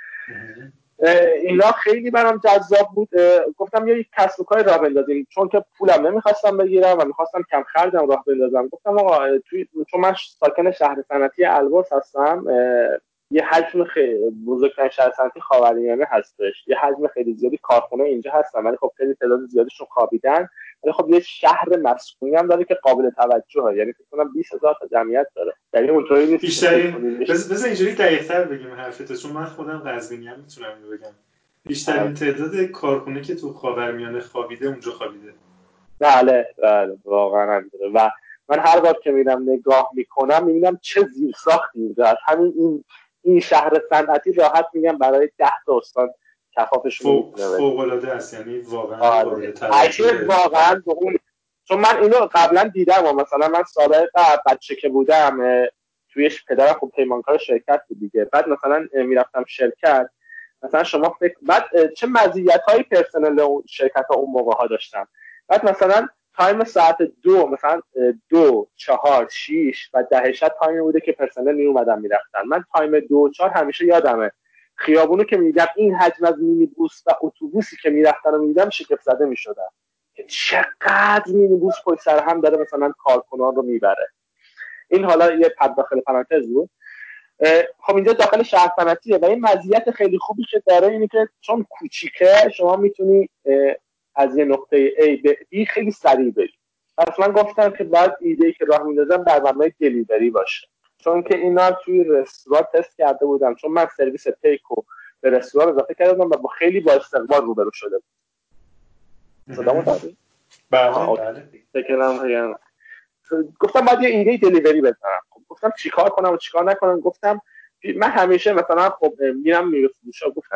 Speaker 2: اینا خیلی برام جذاب بود. گفتم یا یک کسب و کار راه بندازیم، چون که پولم نمیخواستم بگیرم و میخواستم کم خرجم راه بندازم. گفتم آقا توی چون من ساکن شهر صنعتی البرز هستم، یه حجم خیلی بزرگترین شهر صنعتی خاورمیانه هستش، یه حجم خیلی زیادی کارخونه اینجا هستن ولی خب خیلی تعداد زیادیشون خوابیدن، ولی خب یه شهر مسکونی هم داره که قابل توجهه، یعنی فکر کنم بیست هزار تا جمعیت داره. یعنی اونطوری نیست
Speaker 1: بیشترین بذار اینجوری دقیق‌تر بگیم حرفتو، چون من خودم قزوینی ام میتونم اینو بگم بیشترین تعداد کارخونه که تو خاورمیانه خوابیده اونجا خوابیده.
Speaker 2: بله بله واقعا همینطوره و من هر بار که میرم نگاه میکنم میبینم چه زیرساختی اینجا هست. همین این این شهر صنعتی راحت میگم برای ده تا استان کفافشون
Speaker 1: میتونه بده. فوق العاده است، یعنی واقعا قابل توجهه.
Speaker 2: واقعا اون چون من اینو قبلا دیدم و مثلا من سال قبل بچه که بودم توی پدرم خب پیمانکار شرکت بود دیگه، بعد مثلا میرفتم شرکت مثلا شما فکر بعد چه مزیت‌های پرسنل اون شرکت ها اون موقع ها داشتن، بعد مثلا تایم ساعت دو مثلا دو چهار شیش و ده شب تایم بوده که پرسنل می اومدن میرفتن. من تایم دو چهار همیشه یادمه خیابونو که میدیدم این حجم از مینی بوس و اتوبوسی که میرفتن و میدیدم شگفت زده میشدم که چقدر مینی بوس پشت سر هم داره مثلا کارکنان رو میبره. این حالا یه پد داخل پرانتز بود. خب اینجا داخل شهر صنعتیه و این مزیت خیلی خوبی که داره اینه که چون کوچیکه شما میتونی از یه نقطه A به B خیلی سریع بری. پس من گفتم که بعد ایده‌ای که راه میندازم در مبنای دلیوری باشه، چون که اینا توی رستوران تست کرده بودم، چون من سرویس پیکو به رستوران اضافه کرده بودم و با خیلی با استقبال روبرو شده بود. صدامو داری؟
Speaker 1: بله بله.
Speaker 2: فکرم گفتم باید یه ایده دلیوری بزنم. خب گفتم چیکار کنم و چیکار نکنم. گفتم من همیشه مثلا خب میرم میره فروشا، گفتم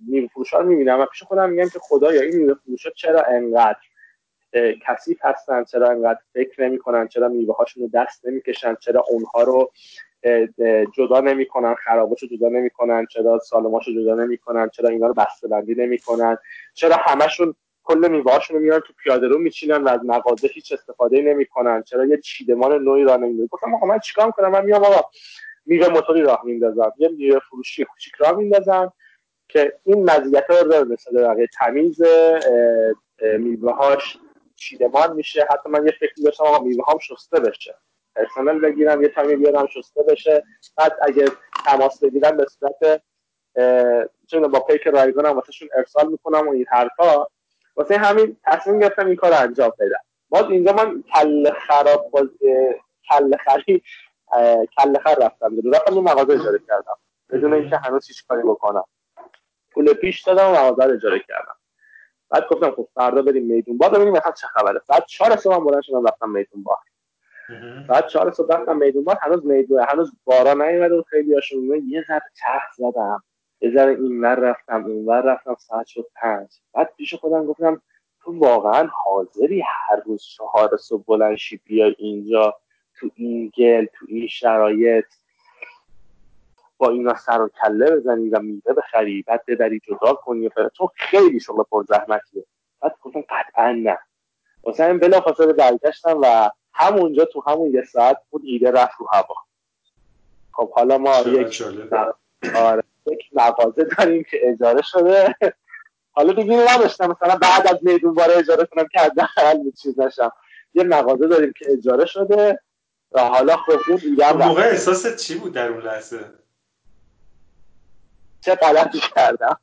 Speaker 2: میوه فروشا رو میبینم و پیش خودم میگم که خدایا این میوه فروشا چرا انقدر کثیف هستن، چرا انقدر فکر نمیکنن، چرا میوه هاشون رو دست نمیکشن، چرا اونها رو جدا نمیکنن، خراباشو جدا نمیکنن، چرا سالماشو جدا نمیکنن، چرا اینا رو بسته‌بندی نمیکنن، چرا همشون کل میوه‌هاشون رو میارن تو پیاده رو میچینن و از مغازه هیچ استفاده نمیکنن، چرا یه چیدمان نوعی راه نمیندازن. گفتم آقا من چیکار کنم؟ من میام آقا میوه موتوری راه میندازم، یه میوه فروشی کوچیک راه میندازم که این مزیت‌ها رو داره، مثلا بقیه تمیز میوه‌هاش چیدمان میشه. حتی من یه فکری داشتم آقا میوه‌هام شسته بشه، پرسنل بگیرم یه تامی بیارم شسته بشه، بعد اگه تماس بگیرم به صورت چون با پیک رایگان هم واسهشون ارسال میکنم و این حرفا. واسه همین تصمیم گرفتم این کار رو انجام بدم. باز اینجا من کل خراب باز کل خری کل خر رفتم دو رفتم این مغازه اجاره کردم بدون اینکه هنوز هیچ کاری بکنم. پول پیش دادم و مغازه رو اجاره کردم. بعد گفتم خب فردا بریم میدون باغ ببینیم مثلا چه خبره. بعد چهار صبح بلند شدم رفتم میدون باغ. بعد چهار صبح رفتم میدون باغ، هنوز میدون هنوز باران نیومده و خیلی هاشون یه ذره چرخ زدم، یه ذره اینور رفتم اونور رفتم، ساعت شد پنج. بعد پیش خودم گفتم تو واقعا حاضری هر روز چهار صبح بلند شی بیای اینجا تو این گل تو این شرایط با اینا سر و کله بزنی و میوه بخری بعد ببری جدا کنی و تو خیلی شغل پرزحمتیه. بعد گفتم قطعا نه. واسه این بلافاصله برگشتم و همونجا تو همون یه ساعت بود ایده رفت رو هوا. خب حالا ما یک آره یک مغازه داریم که اجاره شده. حالا دیگه نداشتم مثلا بعد از میدون باره اجاره کنم که حداقل یه چیز نشم. یه مغازه داریم که اجاره شده و حالا خب اون ایده
Speaker 1: اون موقع احساست چی بود در اون لحظه؟
Speaker 2: چه غلطی کردم.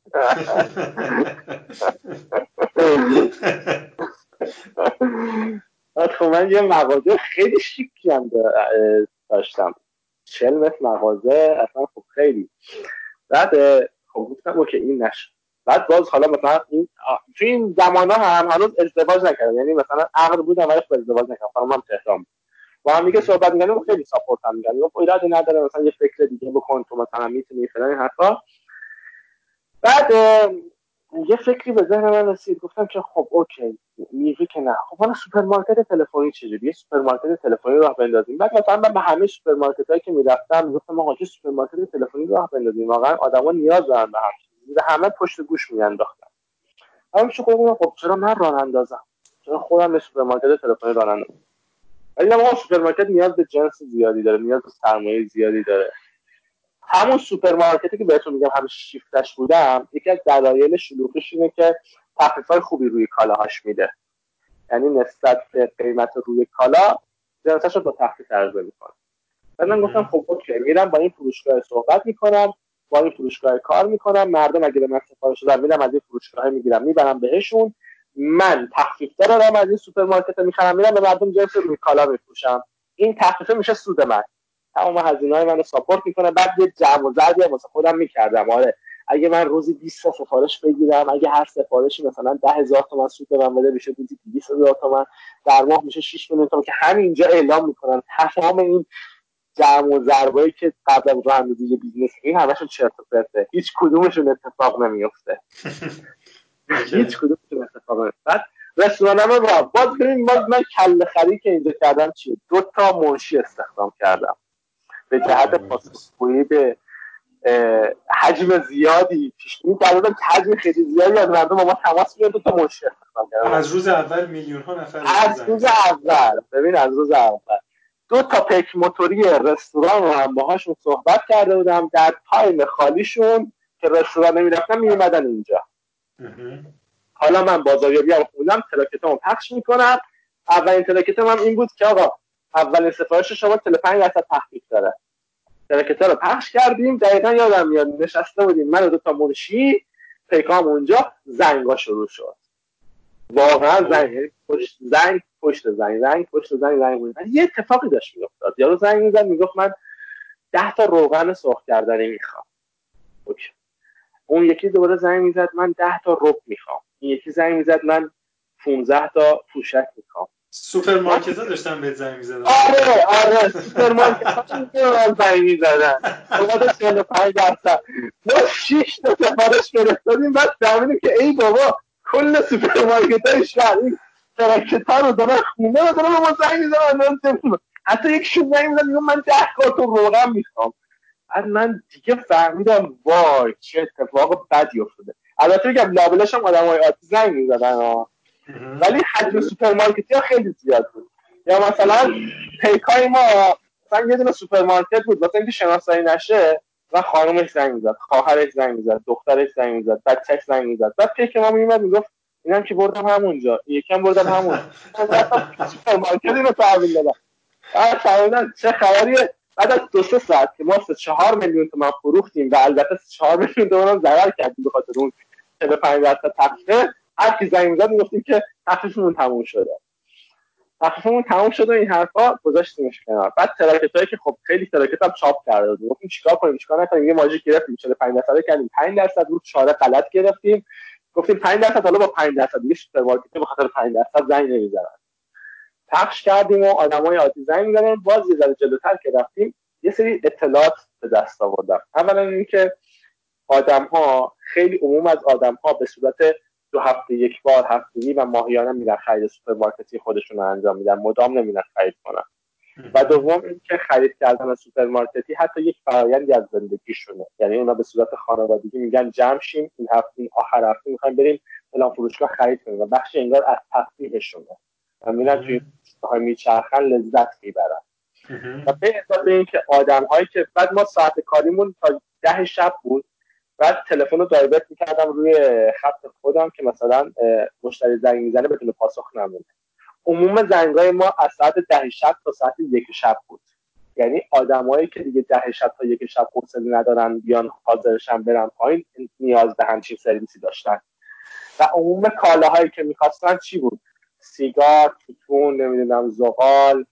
Speaker 2: خب من یه مغازه خیلی شیکی هم داشتم، چهل متر مغازه اصلا خب خیلی. بعد خب گفتم اوکی این نشه. بعد باز حالا مثلا این تو این زمانه هم هنوز ازدواج نکردم، یعنی مثلا عقل بودم ولی ازدواج نکردم، خانم هم تهران با هم دیگه صحبت می‌کردیم خیلی ساپورت هم می‌کردیم، گفت ایرادی نداره مثلا یه فکر دیگه بکن تو مثلا میتونی فلان این حرفا. بعد یه فکری به ذهن من رسید، گفتم که خب اوکی میوه که نه، خب حالا سوپرمارکت تلفنی چجوریه؟ سوپرمارکت تلفنی راه بندازیم. بعد مثلا من به همه سوپرمارکتایی که میرفتم میگفتم آقا چه سوپرمارکت تلفنی راه بندازیم، واقعا آدما نیاز دارن به هم چیزی، همه پشت گوش میانداختن. همین چه خودم خب چرا من راه اندازم، چرا خودم به سوپرمارکت تلفنی راه اندازم. ولی ما سوپرمارکت نیاز به جنس زیادی داره، نیاز به سرمایه زیادی داره. همون سوپرمارکتی که بهتون میگم همش شیفتش بودم، یکی از دلایل شلوغیش اینه که تخفیف‌های خوبی روی کالاهاش میده، یعنی نسبت به قیمت روی کالا جنسش رو با تخفیف عرضه میکنه. من گفتم خب اوکی میرم با این فروشگاه صحبت میکنم، با این فروشگاه کار میکنم، مردم اگه به من سفارش دادن میرم از این فروشگاه میگیرم میبرم بهشون، من تخفیف دارم از این سوپرمارکت میخرم میرم به مردم جنس روی کالا میفروشم، این تخفیف میشه سود من، تمام هزینه‌های منو ساپورت میکنه. بعد یه جمع و ضربی واسه خودم میکردم، آره اگه من روزی بیست تا سفارش بگیرم، اگه هر سفارشی مثلا ده هزار تومان سود به من بده میشه روزی دویست هزار تومان، در ماه میشه شش میلیون تومان که همینجا اعلام میکنن تمام این جمع و ضربایی که قبل از راه اندازی بیزنس این همشون چرت و پرته، هیچ کدومشون اتفاق نمیفته. هیچ کدومشون اتفاق نمیفته. بعد رستورانم رو باز ببین باز من کله خری که اینجا کردم چیه؟ دو تا منشی استخدام کردم به جهت پاسخگویی به حجم زیادی پیش بینی کردم که حجم خیلی زیادی از مردم با ما تماس میگیرن، دو تا منشی استخدام کردم.
Speaker 1: از روز اول میلیون ها نفر
Speaker 2: از روز اول ببین از روز اول دو تا پیک موتوری رستوران رو هم باهاشون صحبت کرده بودم، در تایم خالیشون که رستوران نمیرفتن میومدن اینجا. حالا من بازاریابی هم خوندم، تراکتامو پخش میکنم. اولین تراکتام هم این بود که آقا اولین سفارش شما چهل و پنج درصد تخفیف داره. تراکتا رو پخش کردیم، دقیقا یادم میاد نشسته بودیم من و دو تا منشی، پیکام اونجا زنگا شروع شد. واقعا زنگ پشت زنگ پشت زنگ زنگ پشت زنگ زنگ بود. یه اتفاقی داشت میافتاد، یارو زنگ میزد میگفت من ده تا روغن سرخ کردنی میخوام. اوکی. اون یکی دوباره زنگ میزد من ده تا رب میخوام. این یکی زنگ میزد من پانزده تا پوشک میخوام.
Speaker 1: سوپرمارکت ها داشتن بهت زنگ می‌زدن.
Speaker 2: آره آره سوپرمارکت ها داشتن زنگ می‌زدن. اومد چهل و پنج درصد. ما شش تا سفارش فرستادیم بعد فهمیدیم که ای بابا کل سوپرمارکت‌های شهر این تراکت‌ها رو دارن خونه رو دارن ما زنگ می‌زنن. حتی یک شون زنگ می‌زد میگم من ده کارتون روغن می‌خوام. بعد من دیگه فهمیدم وای چه اتفاق بدی افتاده. البته میگم لابلاش هم آدمای عادی زنگ می‌زدن ولی حجم سوپرمارکتی ها خیلی زیاد بود. یا مثلا پیکای ما مثلا یه دونه سوپرمارکت بود واسه اینکه شناسایی نشه و خانومش زنگ می‌زد، خواهرش زنگ می‌زد، دخترش زنگ می‌زد، بچه‌ش زنگ می‌زد. بعد پیک ما میومد میگفت اینم که بردم همونجا، یکم بردم همون. سوپرمارکت اینو تحویل دادم. بعد فهمیدن چه خبریه. بعد از دو سه ساعت که ما سه چهار میلیون تومان فروختیم و البته سه چهار میلیون تومان هم ضرر کردیم به خاطر اون چهل و پنج درصد تخفیف، هر کی زنگ می‌زد میگفتیم که تخفیفمون تموم شده. تخفیفمون تموم شده این حرفا گذاشتیمش کنار. بعد تراکتایی که خب خیلی تراکت هم چاپ کرده بود. گفتیم چیکار کنیم چیکار نکنیم. یه ماژیک گرفتیم چهل و پنج درصد کردیم پنج درصد رو چهار غلط گرفتیم. گفتیم پنج درصد حالا با پنج درصد دیگه سوپرمارکت به خاطر پنج درصد زنگ نمی‌زنن. پخش کردیم و آدمای عادی زنگ می‌زدن. باز یه ذره جلوتر که رفتیم یه سری اطلاعات به دست آوردم. اولا اینکه آدم‌ها خیلی عموم از آدم‌ها به صورت دو هفته یک بار هفتگی و ماهیانه میرن خرید سوپرمارکتی خودشون رو انجام میدن، مدام نمیرن خرید کنن. و دوم اینکه خرید کردن از سوپرمارکتی حتی یک فرآیندی از زندگیشونه. یعنی اونا به صورت خانوادگی میگن جمع شیم این هفته آخر هفته میخوایم بریم فلان فروشگاه خرید کنیم و بخش انگار از تفریحشونه و میرن توی فروشگاه‌های میچرخن لذت میبرن. و به اضافه اینکه آدم‌هایی که بعد ما ساعت کاریمون تا ده شب بود، بعد تلفن رو دایورت میکردم روی خط خودم که مثلا مشتری زنگ میزنه بتونه پاسخ نمونه. عموم زنگای ما از ساعت ده شب تا ساعت یک شب بود. یعنی آدمایی که دیگه ده شب تا یک شب حوصله ندارن بیان حاضرشن برن پایین نیاز به همچین سرویسی داشتن. و عموم کالاهایی که میخواستن چی بود؟ سیگار، توتون، نمیدونم زغال،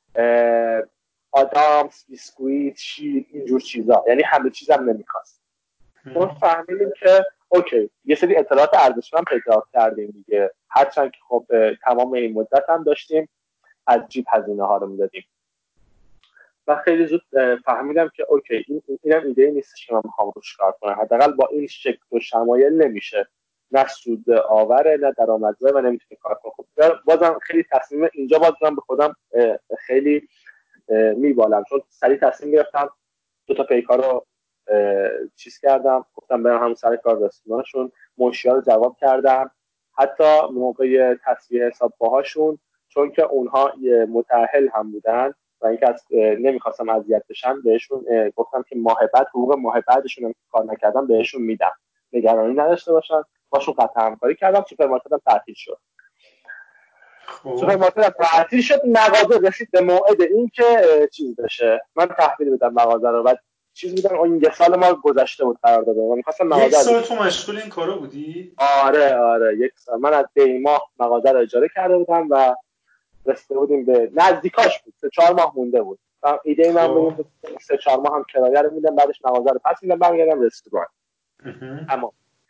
Speaker 2: آدامس، بیسکویت، شیر، اینجور چیزا. یعنی همه چیزم نمیخواست. ما فهمیدیم که اوکی یه سری اطلاعات ارزشمند پیدا کردیم دیگه، هرچند که خب تمام این مدت هم داشتیم از جیب هزینه ها رو میدادیم. و خیلی زود فهمیدم که اوکی این اینم ایده نیستش که من میخوام روش کار کنم. حداقل با این شکل و شمایل نمیشه، نه سود آوره نه درآمدزا و نمیتونه کار کنه. خب بازم خیلی تصمیم اینجا باز من به خودم خیلی میبالم، چون سریع تصمیم گرفتم دو تا پیکار رو چیز کردم، گفتم برم همون سر کار رستورانشون، منشی‌ها رو جواب کردم، حتی موقع تصویه حساب باهاشون، چون که اونها متأهل هم بودن و اینکه از نمیخواستم اذیت بشن بهشون گفتم که ماه بعد حقوق ماه بعدشون هم کار نکردم بهشون میدم، نگرانی نداشته باشن. باشون قطع همکاری کردم. سوپرمارکتم تعطیل شد. سوپرمارکتم تعطیل شد. مغازه رسید به موعد این که چیز بشه، من تحویل بدم مغازه رو. بعد چیز بودن اون یه سال ما گذشته بود قرار داده و می‌خواستم مغازه.
Speaker 1: یک سال تو مشغول این کارا بودی؟
Speaker 2: آره آره یک سال. من از دی ماه مغازه رو اجاره کرده بودم و رسیده بودیم به نزدیکاش بود. سه چهار ماه مونده بود. و ایده من بود سه چهار ماه هم کرایه رو میدم، بعدش مغازه رو پس میدم برمیگردم رستوران. اما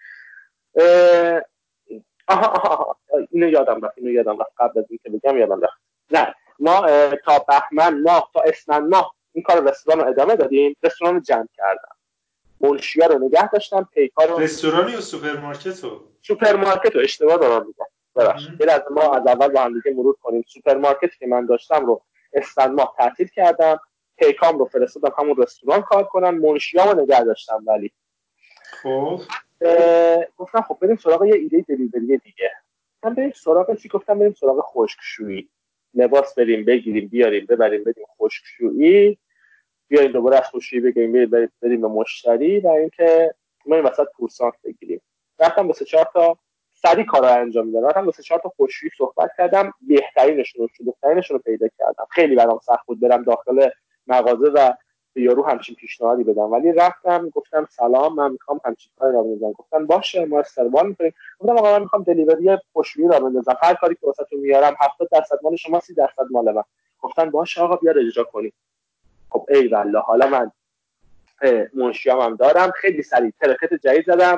Speaker 2: آها آها اینو یادم رفت اینو یادم رفت قبل از اینکه بگم یادم رفت. نه ما تا بهمن ماه تا اسفند ماه این کار رستوران رو ادامه دادیم. رستوران رو جمع کردم، منشی‌ها رو نگه داشتم، پیکار رو.
Speaker 1: رستورانی یا سوپرمارکت رو؟
Speaker 2: سوپرمارکت رو اشتباه دارم میگم. ببخشید یه لحظه ما از اول با هم دیگه مرور کنیم. سوپرمارکتی که من داشتم رو اسفند ماه تعطیل کردم، پیکام رو فرستادم همون رستوران کار کنن، منشی‌ها رو نگه داشتم. ولی
Speaker 1: خب
Speaker 2: گفتم خب بریم سراغ یه ایده دلیوری دیگه. من بریم سراغ چی؟ گفتم بریم سراغ خشکشویی. لباس بریم بگیریم بیاریم ببریم بدیم خشکشویی، بیایم دوباره از خشکشویی بگیریم بریم بریم به مشتری و اینکه ما این وسط پورسانت بگیریم. رفتم به سه چهار تا سری کارا انجام میدادم. رفتم به سه چهار تا خشکشویی صحبت کردم، بهترینشون رو شلوغ‌ترینشون رو پیدا کردم. خیلی برام سخت بود برم داخل مغازه و به یارو همچین پیشنهادی بدم، ولی رفتم گفتم سلام من میخوام همچین کاری را بندازم. گفتن باشه ما استقبال می‌کنیم. گفتم آقا من میخوام دلیوری خشکشویی را بندازم، هر کاری که واسهتون میارم هفتاد درصد مال شما، سی درصد مال من. گفتن باشه آقا بیا اجرا کنیم. خب ای والله حالا من منشیام هم دارم. خیلی سریع ترکت جدید زدم،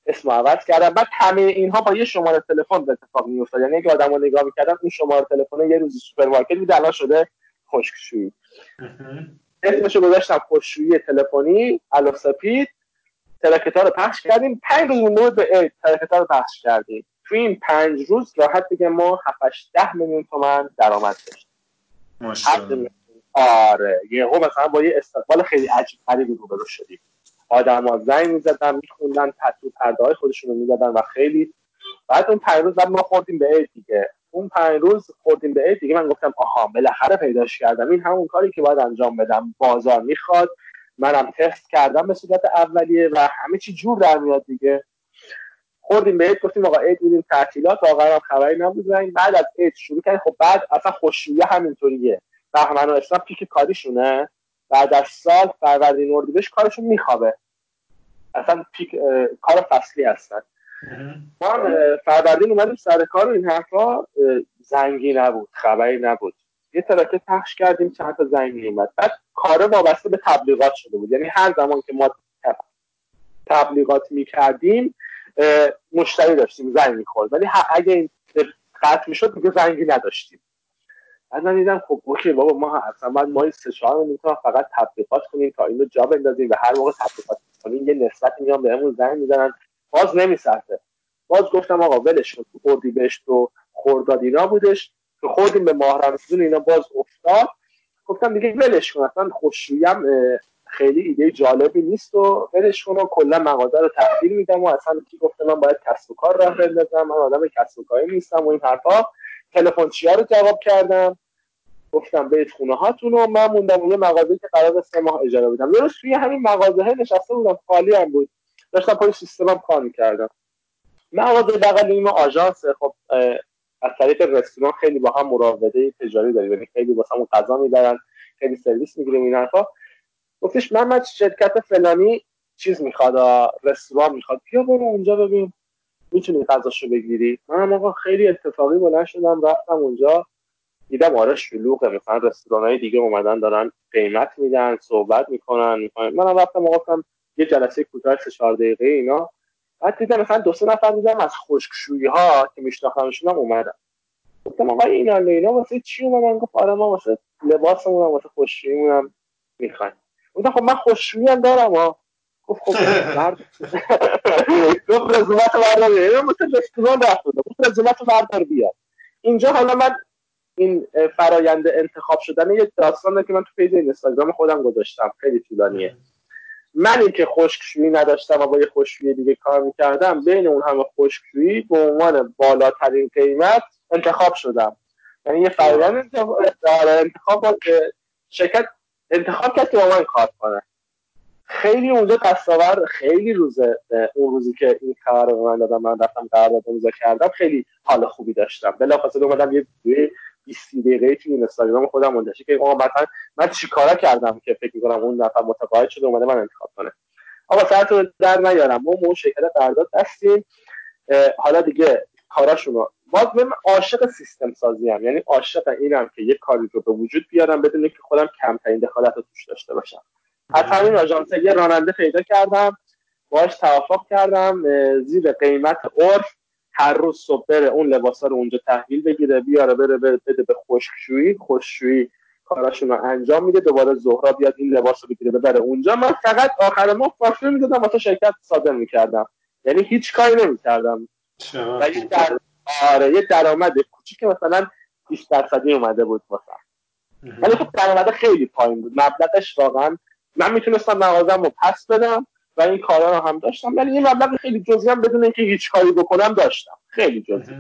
Speaker 2: اسمو عوض کردم. بعد همه اینها با یه شماره تلفن به اتفاق میافتاد. یعنی اگه آدمو نگاه می‌کردم این شماره تلفن یه روز سوپرمارکت بود الان شده خشکشویی. اسمشو گذاشتم خشکشویی تلفنی الوسپید. ترکتا رو پخش کردیم. پنج روز مونده به عید ترکتا رو پخش کردیم. تو این پنج روز راحت دیگه ما هفت ده میلیون تومان درآمد داشتیم.
Speaker 1: ماشاءالله.
Speaker 2: آره یهو مثلا با یه استقبال خیلی عجیب غریبی روبرو شدیم. آدم‌ها زنگ می‌زدن می‌خوندن پتو پرده‌های خودشون رو می‌زدن و خیلی. بعد اون پنج روز بعد ما خوردیم به عید دیگه. اون پنج روز خوردیم به عید دیگه من گفتم آها بالاخره پیداش کردم. این همون کاری که باید انجام بدم. بازار می‌خواد. منم تست کردم به صورت اولیه و همه چی جور در میاد دیگه. خوردیم به عید گفتیم آقا عید می‌ریم تعطیلات. واقعا هم خبری نبود. بعد از عید شروع کردیم. خب بعد اصلا خشکشویی همینطوریه. بهمن و اسلام پیک کاریشونه. بعد از سال فروردین اردیبهشت کارشون میخوابه. اصلا پیک کار فصلی هستن. ما هم فروردین اومدیم سر کار و این حرفا زنگی نبود خبری نبود. یه تراکت پخش کردیم چند تا زنگ میومد. بعد کار وابسته به تبلیغات شده بود. یعنی هر زمان که ما تبلیغات میکردیم مشتری داشتیم زنگ میخورد. ولی اگه این قطع میشد دیگه زنگی نداشتیم. بعد من دیدم خب اوکی بابا ما اصلا بعد ما این سه چهار میلیون فقط تبلیغات کنیم تا اینو جا بندازیم و هر موقع تبلیغات کنیم یه نسبتی میام بهمون زنگ میزنن باز نمیصرفه. باز گفتم آقا ولش کن. تو اردیبهشت و خرداد اینا بودش تو خوردیم به ماه رمضان اینا باز افتاد. گفتم دیگه ولش کن اصلا خشکشویی هم خیلی ایده جالبی نیست و ولش کن و کلا مغازه رو تحویل میدم و اصلا کی گفته من باید کسب و کار راه بندازم. من آدم کسب و کاری نیستم و این حرفا. تلفن‌چیا رو جواب کردم. گفتم برید خونه هاتون و من موندم یه مغازه که قرار سه ماه اجاره بدم. یه روز توی همین مغازه نشسته بودم خالی هم بود. داشتم پای سیستمم کار می‌کردم. مغازه بغل این آژانس خب از طریق رستوران خیلی با هم مراوده تجاری داریم. یعنی خیلی واسمون غذا میبرن خیلی سرویس میگیریم این حرفا. گفتش محمد شرکت فلانی چیز میخواد رستوران میخواد بیا برو اونجا ببین میتونی غذاشو بگیری. منم آقا خیلی اتفاقی بلند شدم رفتم اونجا. دیدم آره شلوغه. مثلا رستوران‌های دیگه اومدن دارن قیمت میدن صحبت میکنن میکنن. منم رفتم گفتم یه جلسه کوتاه سه چهار دقیقه اینا. بعد دیدم مثلا دو سه نفر دیدم از خشکشویی ها که میشناختمشون هم اومدن. گفتم آقا اینا اینا واسه چی اومدن؟ گفت آره ما واسه لباسمون واسه خشکشوییمون هم میخوایم. گفتم خب من خشکشویی هم دارم ها. گفت خب برد گفت رزومتو بردار بیار. من مثلا رستوران رفتم گفت رزومتو بردار بیار. اینجا حالا من این فرایند انتخاب شدن یه داستانه که من تو پیج اینستاگرام خودم گذاشتم خیلی طولانیه. من این که خشکشویی نداشتم و با یه خشکشویی دیگه کار میکردم بین اون همه خشکشویی به عنوان بالاترین قیمت انتخاب شدم. یعنی یه فرایند انتخاب انتخاب که شرکت انتخاب کرد که با من کار کنه. خیلی اونجا دستاورد خیلی روزه اون روزی که این خبر رو به من دادم من رفتم قرارداد امضا کردم خیلی حال خوبی داشتم. بلافاصله اومدم یه ویدیو بیست دقیقه‌ای تو اینستاگرام خودم منتشر کردم. آقا مثلا من چیکارا کردم که فکر می‌کنم اون نفر متقاعد شده اومده من انتخاب کنه. آقا سرتون در نیارم ما اون شرکت قرارداد هستیم. حالا دیگه کاراشونو باز من عاشق سیستم سازی ام. یعنی عاشق اینم که یه کاری رو به وجود بیارم بدون اینکه خودم کمترین دخالت رو توش داشته باشم. از همین آژانس یه راننده پیدا کردم باهاش توافق کردم زیر قیمت عرف هر روز صبح بره اون لباسا رو اونجا تحویل بگیره بیاره بره بده به خشکشویی. خشکشویی کاراشون رو انجام میده دوباره ظهرا بیاد این لباس رو بگیره ببره اونجا. من فقط آخر ماه فاکتور میدادم واسه شرکت صادر میکردم. یعنی هیچ کاری نمیکردم و یه در آره یه درآمد کوچیک مثلا بیست درصدی اومده بود مثلا. ولی خب درآمد خیلی پایین بود. مبلغش واقعا من میتونستم مغازه‌مو رو پس بدم و این کارا رو هم داشتم. ولی این مبلغ خیلی جزئی هم بدون اینکه هیچ کاری بکنم داشتم. خیلی جزئی.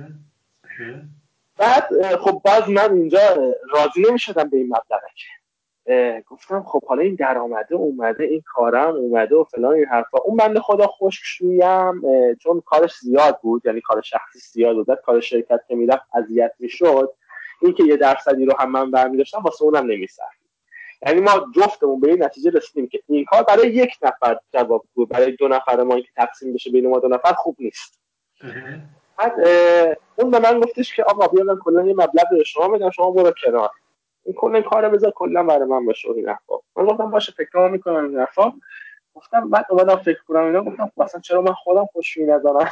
Speaker 2: بعد خب باز من اینجا راضی نمی‌شدم به این مبلغه که گفتم خب حالا این درآمده اومده این کارم اومده و فلان این حرفا. اون بنده خدا خشکشوییم چون کارش زیاد بود یعنی کار شخصی زیاد بود کار شرکت که میرفت اذیت میشد این که یه درصدی رو هم من برمی داشتم واسه اونم نمی‌صرف. یعنی ما جفتمون به این نتیجه رسیدیم که این کار برای یک نفر جواب بود برای دو نفر ما که تقسیم بشه بین ما دو نفر خوب نیست. بعد اون به من گفتش که آقا بیا من کلا یه مبلغ به شما میدم شما برو کنار این کلا کارو بذار کلا برای من باشه این حرفا. من گفتم باشه فکر می‌کنم این حرفا. گفتم بعد اومدم فکر کنم اینا، گفتم مثلا چرا من خودم خوشی نزنم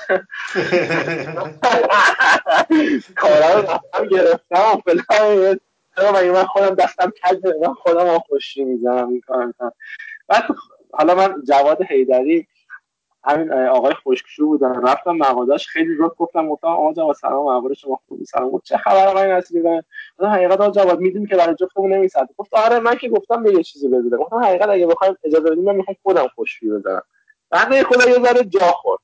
Speaker 2: کارا رو رفتم گرفتم فلان، چرا من خودم دستم کجه من خودم خوشی میزنم این کارا. بعد حالا من جواد حیدری همین آقای خشکشو بودن، رفتم مغازش خیلی رو گفتم گفتم آقا جواد سلام، احوال شما خوبه؟ سلام. گفت چه خبر آقای نصیری؟ گفتم حقیقت آقا جواد میدونی که برای جفتمون نمیصد. گفت آره من که گفتم به یه چیزی بده. گفتم حقیقت اگه بخوایم اجازه بدیم من میخوام خودم خوشی بزنم. بعد خدا یه ذره جا خورد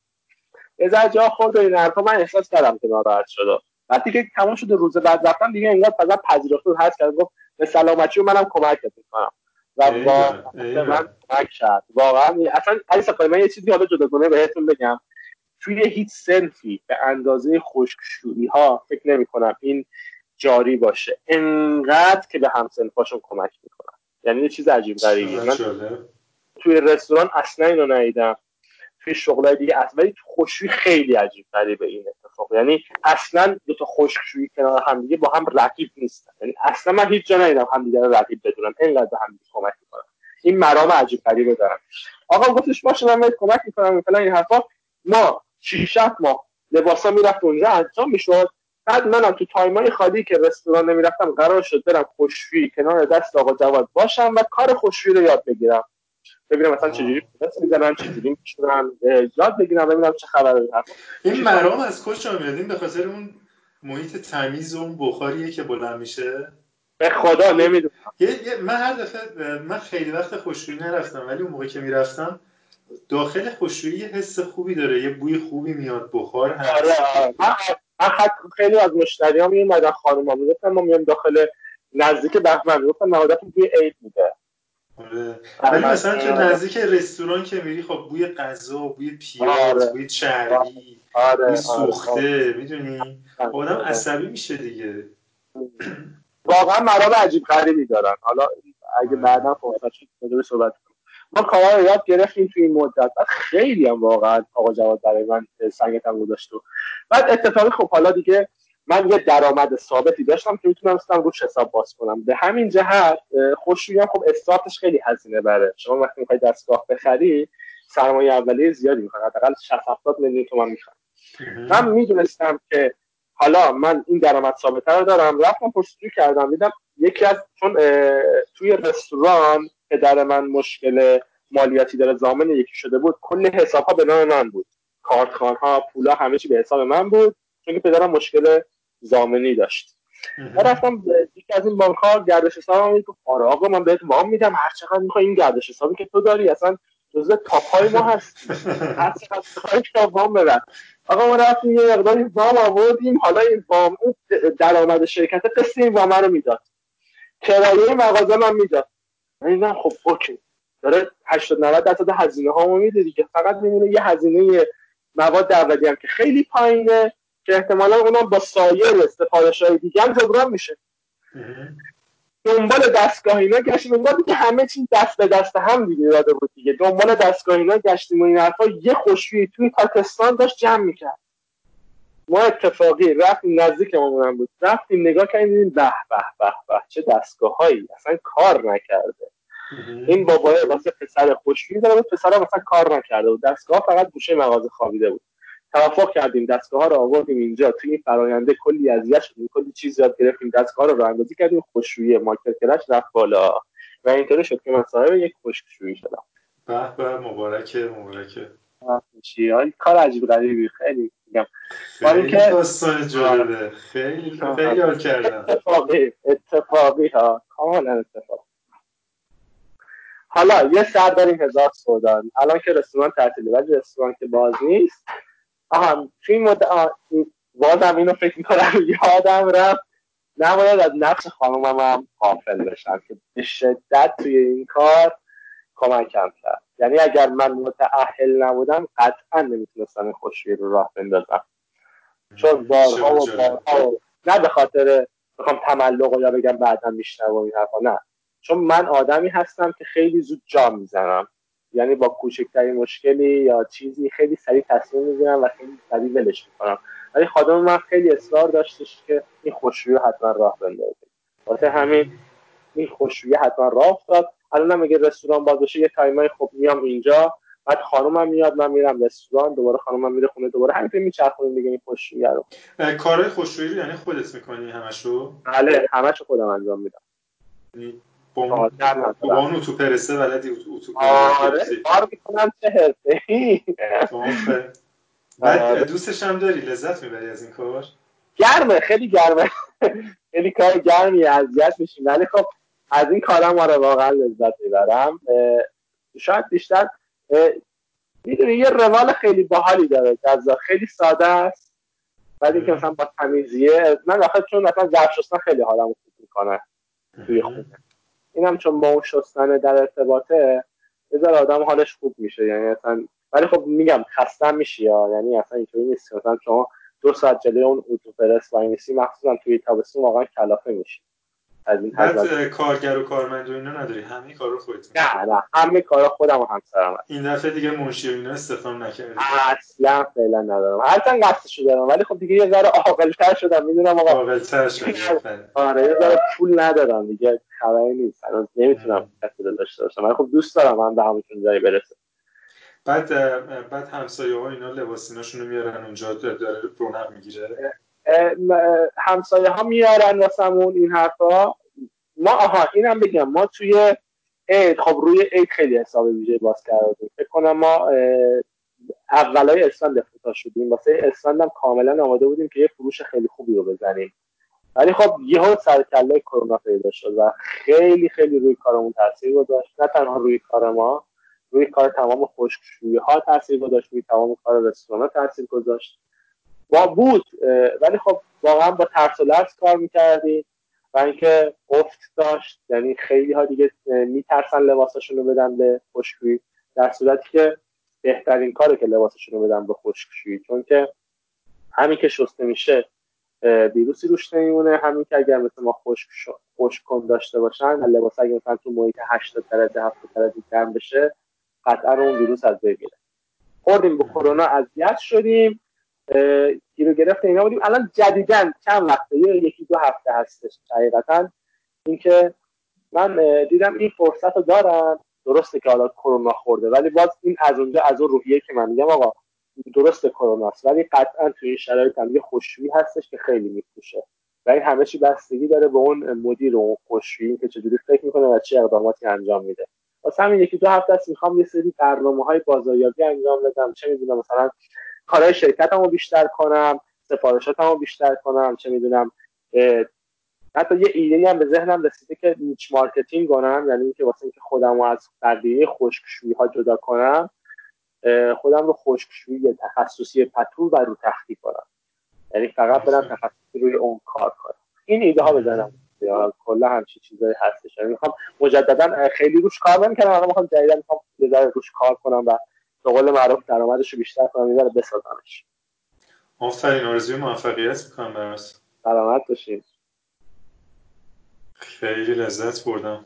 Speaker 2: یه ذره جا خورد و این حرفا، من احساس کردم که ناراحت شد. بعد دیگه تموم شد، روز بعد رفتم دیگه انگار فقط پذیرفته هست کرد، گفت به سلامتی و منم کمکت میکنم و واقعا من کمک کرد. واقعا اصلا علی صفایی من یه چیزی حالا جداگانه بهتون بگم، توی هیچ سنفی به اندازه خشکشویی ها فکر نمی کنم این جاری باشه، انقدر که به همسنفاشون کمک میکنن. یعنی یه چیز عجیب غریبیه. من توی رستوران اصلا اینو ندیدم، توی شغلای دیگه اصلا، ولی خوشویی خیلی عجیب غریبه این اتفاق. یعنی اصلا دو تا خشکشویی کنار هم دیگه با هم رقیب نیستن. یعنی اصلا من هیچ جا ندیدم هم دیگه رو رقیب بدونن، اینقدر به هم دیگه کمک میکنن. این مرام عجیب غریبه دارن. آقا گفتش باشه من بهت کمک میکنم مثلا این حرفا. ما شش ماه لباسا میرفت اونجا انجام میشد. بعد منم تو تایمای خالی که رستوران نمیرفتم قرار شد برم خشکشویی کنار دست آقا جواد باشم و کار خشکشویی رو یاد بگیرم، ببینم مثلا چجوری پس میزنن، چجوری میشورن، یاد بگیرم ببینم چه خبره.
Speaker 1: این مرام از کجا میاد؟ این به خاطر اون محیط تمیز و اون بخاریه که بلند میشه؟
Speaker 2: به خدا نمیدونم.
Speaker 1: من هر دفعه من خیلی وقت خشکشویی نرفتم، ولی اون موقع که میرفتم داخل خشکشویی یه حس خوبی داره، یه بوی خوبی میاد، بخار هست.
Speaker 2: آره آره. من حتی خیلی از مشتریام میومدن خانوما میگفتن ما میام داخل نزدیک بهمن، میگفتن نهایتاً بوی عید میده.
Speaker 1: آره. ولی مثلا تو نزدیک رستوران که میری خب بوی غذا، بوی پیاز،
Speaker 2: آره.
Speaker 1: بوی چربی،
Speaker 2: آره.
Speaker 1: بوی سوخته،
Speaker 2: آره.
Speaker 1: میدونی آدم عصبی میشه دیگه.
Speaker 2: واقعا مرام عجیب غریبی دارن. حالا اگه بعدا فرصت شد بده صحبت کنیم. ما کارا رو یاد گرفتیم تو این مدت، بعد خیلی هم واقعا آقا جواد برای من سنگتم گذاشت. بعد اتفاقی خب حالا دیگه من یه درآمد ثابتی داشتم که میتونستم روش حساب باز کنم. به همین جهت خشکشویی هم خب استارتش خیلی هزینه بره. شما وقتی میخوای دستگاه بخری سرمایه اولیه زیادی میخواد، حداقل شصت هفتاد میلیون تومان میخواد. من میدونستم که حالا من این درآمد ثابته رو دارم، رفتم پرسجویی کردم، دیدم یکی از چون توی رستوران پدر من مشکل مالیاتی داره، ضامن یکی شده بود، کل حساب‌ها به نام من بود، کارتخوان‌ها، پولا، همه چی به حساب من بود، چون که پدرم مشکل ضامنی داشت. من رفتم یکی از این بانک‌ها گردش حسابم بود، آره آقا من بهت وام میدم هر چقدر می‌خوای، این گردش حسابی که تو داری اصلا جزء تاپ‌های ما هست، هر چقدر بخوای وام بده. آقا ما رفتیم یه مقداری وام آوردیم، حالا این وام درآمد شرکت قسط این وام رو میداد، کرایه مغازه من میداد. من دیدم خب اوکی داره هشتاد نود درصد هزینه هامو میده دیگه، فقط میمونه یه هزینه مواد اولیه هم که خیلی پایینه که احتمالاً اونم با سایر سفارش‌های دیگه هم جبران میشه. دنبال دستگاه اینا گشتیم، انگار که همه چیز دست به دست هم دیگه داده بود دیگه. دنبال دستگاه اینا گشتیم و این حرفا، یه خشکشویی توی پاکستان داشت جمع میکرد. ما اتفاقی رفتیم نزدیکمون بود، رفتیم نگاه کردیم، به به به به چه دستگاهایی، اصلا کار نکرده. این بابای واسه پسر خشکشویی داره بود، پسرم مثلا کار نکرده بود، دستگاه فقط گوشه مغازه خوابیده بود. توافق کردیم دستگاه ها رو آوردیم اینجا، توی این فراینده کلی اذیت شدیم، کلی چیز یاد گرفتیم، دستگاه رو راه‌اندازی کردیم، خشکشویی مارکت کرش رفت بالا و اینطوری شد که من صاحب یک خشکشویی شدم.
Speaker 1: به به مبارکه مبارکه.
Speaker 2: چی کار عجیب غریبی، خیلی میگم
Speaker 1: خیلی داستان جالبه، خیلی خیلی حال کردم.
Speaker 2: اتفاقی اتفاقی ها کاملا اتفاقی. حالا یه سر داریم هزار سودان، الان که رستوران تعطیله ولی رستوران که باز نیست. آها توی این مدت بازم اینو فکر میکنم یادم رفت نباید از نفس خانومم هم غافل بشم که به شدت توی این کار کمکم کرد. یعنی اگر من متأهل نبودم قطعا نمیتونستم این خشکشویی رو راه بندازم، چون بارها و بارها، نه به خاطر بخوام تملق یا بگم بعدا میشنوم این حرفا، نه، چون من آدمی هستم که خیلی زود جا میزنم. یعنی با کوچکترین مشکلی یا چیزی خیلی سریع تصمیم میگیرم و خیلی سریع ولش میکنم. ولی خانم من خیلی اصرار داشتش که این خشکشویی حتما راه بندازه، واسه همین این خشکشویی حتما راه افتاد. الان میگه رستوران باز بشه، یه تایمای خب میام اینجا، بعد خانومم میاد من میرم رستوران، دوباره خانومم میره خونه، دوباره همینطوری میچرخونیم دیگه این خوشرویی رو.
Speaker 1: کارهای خوشرویی رو یعنی خودت میکنی همشو؟
Speaker 2: بله همشو خودم انجام میدم.
Speaker 1: با اون با اون اتو پرسه بلدی اتو کار؟
Speaker 2: آره کار میکنم چه حرفه‌ای.
Speaker 1: بعد دوستش هم داری؟ لذت میبری از این کار؟
Speaker 2: گرمه، خیلی گرمه. خیلی کار گرمی، اذیت میشیم، ولی خب از این کارم آره واقعا لذت میبرم. شاید بیشتر میدونی یه روال خیلی باحالی داره، جذاب، خیلی ساده است ولی که مثلا با تمیزیه. من واقعا چون مثلا ظرف شستن خیلی حالمو خوب میکنه توی خونه، اینم چون با اون شستن در ارتباطه یه ذره آدم حالش خوب میشه یعنی اصلا. ولی خب میگم خسته میشی ها، یعنی اصلا اینطوری نیست مثلا شما دو ساعت جلوی اون اتو پرس وای میسی، مخصوصا توی تابستون واقعا کلافه میشی از این
Speaker 1: حد. بعد کارگر و کارمند و اینا نداری؟ همه کارا خودت میکنی؟
Speaker 2: نه نه همه کارا خودم و همسرم هست.
Speaker 1: این دفعه دیگه منشی و اینا استفاده نکردی؟
Speaker 2: اصلا فعلا ندارم، هرچند قصدشو دارم ولی خب دیگه یه ذره عاقل‌تر شدم، میدونم آقا
Speaker 1: عاقل‌تر شدی.
Speaker 2: آره یه ذره پول ندارم دیگه، خبری نیست الان نمیتونم کسل داشته باشم ولی خب دوست دارم هم به همون جایی برسه.
Speaker 1: بعد بعد همسایه‌ها اینا لباسیناشونو میارن اونجا داره رونق میگیره؟
Speaker 2: همسایه ها میارن واسمون این حرفا. ما آها اینم بگم ما توی عید خب روی عید خیلی حساب ویژه باز کردیم، فکر کنم ما اولای اسفند افتتاح شدیم، واسه اسفند هم کاملا آماده بودیم که یه فروش خیلی خوبی رو بزنیم ولی خب یهو سر کله کرونا پیدا شد و خیلی خیلی روی کارمون تاثیر گذاشت، نه تنها روی کار ما، روی کار تمام خشکشویی ها تاثیر گذاشت، روی تمام کار رستوران ها تاثیر گذاشت. با بود ولی خب واقعا با ترس و لرز کار میکردیم و اینکه افت داشت، یعنی خیلی ها دیگه میترسن لباساشون رو بدن به خشکشویی، در صورتی که بهترین کاره که لباساشون رو بدن به خشکشویی، چون که همین که شسته میشه ویروسی روش نمیمونه، همین که اگر مثل ما خشک خشک کن داشته باشن لباس اگه مثلا تو محیط هشتاد درجه هفتاد درجه گرم بشه قطعا اون ویروس از بین میره. خوردیم به کرونا اذیت شدیم، گیرو گرفت اینا بودیم. الان جدیدن چند وقته یکی دو هفته هستش حقیقتا اینکه من دیدم این فرصت رو دارم، درسته که حالا کرونا خورده ولی باز این از اونجا از اون روحیه که من میگم آقا درسته کرونا است ولی قطعا توی این شرایط هم یه خوشبینی هستش که خیلی میفروشه و این همه چی بستگی داره به اون مدیر و اون خوشبینی که چجوری فکر میکنه و چه اقداماتی انجام میده. واسه همین یکی دو هفته است میخوام یه سری برنامه‌های بازاریابی انجام بدم، چه میدونم مثلا کارهای شرکتمو بیشتر کنم، سفارشاتمو بیشتر کنم، چه میدونم حتی یه ایده‌ای هم به ذهنم رسیده که نیچ مارکتینگ کنم، یعنی اینکه واسه اینکه خودمو از بقیه خشکشویی ها جدا کنم خودم رو خشکشویی تخصصی پتو و رو تختی کنم، یعنی فقط برم تخصصی روی اون کار کنم. این ایده ها بزنم یا کلا همچین چیزایی هستش، یعنی میخوام مجددا خیلی روش کار نمی‌کنم، الان میخوام جدیدا میخوام یه ذره روش کار کنم و به قول معروف درآمدش رو بیشتر کنم، یه ذره بسازمش.
Speaker 1: آفرین، آرزوی موفقیت میکنم برات.
Speaker 2: سلامت باشین.
Speaker 1: خیلی لذت بردم.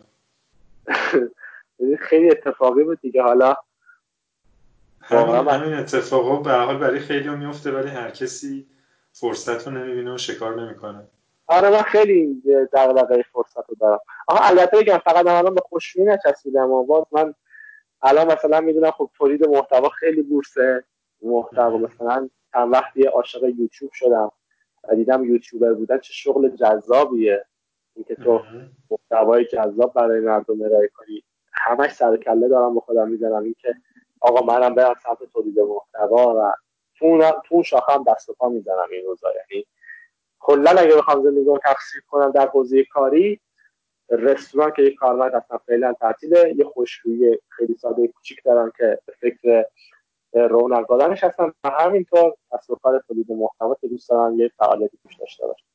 Speaker 2: خیلی اتفاقی بود دیگه، حالا
Speaker 1: همین همین اتفاقا به هر حال برای خیلی هم میفته ولی هر کسی فرصت رو نمیبینه و شکار نمیکنه.
Speaker 2: آره من خیلی دغدغه فرصت رو دارم. آها البته بگم فقط الان به خوشبینی نچسبیدم و باز من الان مثلا میدونم خب تولید محتوا خیلی بورسه محتوا، مثلا چند وقتی عاشق یوتیوب شدم و دیدم یوتیوبر بودن چه شغل جذابیه، اینکه تو محتوای جذاب برای مردم ارائه کنی. همش سر کله دارم به خودم میزنم اینکه آقا منم برم سمت تولید محتوا و تو تو شاخه هم دست و پا میزنم این روزا. یعنی کلا اگه بخوام زندگیمو تقسیم کنم در حوزه کاری، رستوران که یک کارمند اصلا فعلا تعطیله، یه خوشرویی خیلی ساده کوچیک دارم که به فکر رونق دادنش هستم و همینطور کسب و کار تولید محتوا که دوست دارم یه فعالیتی توش داشته باشم.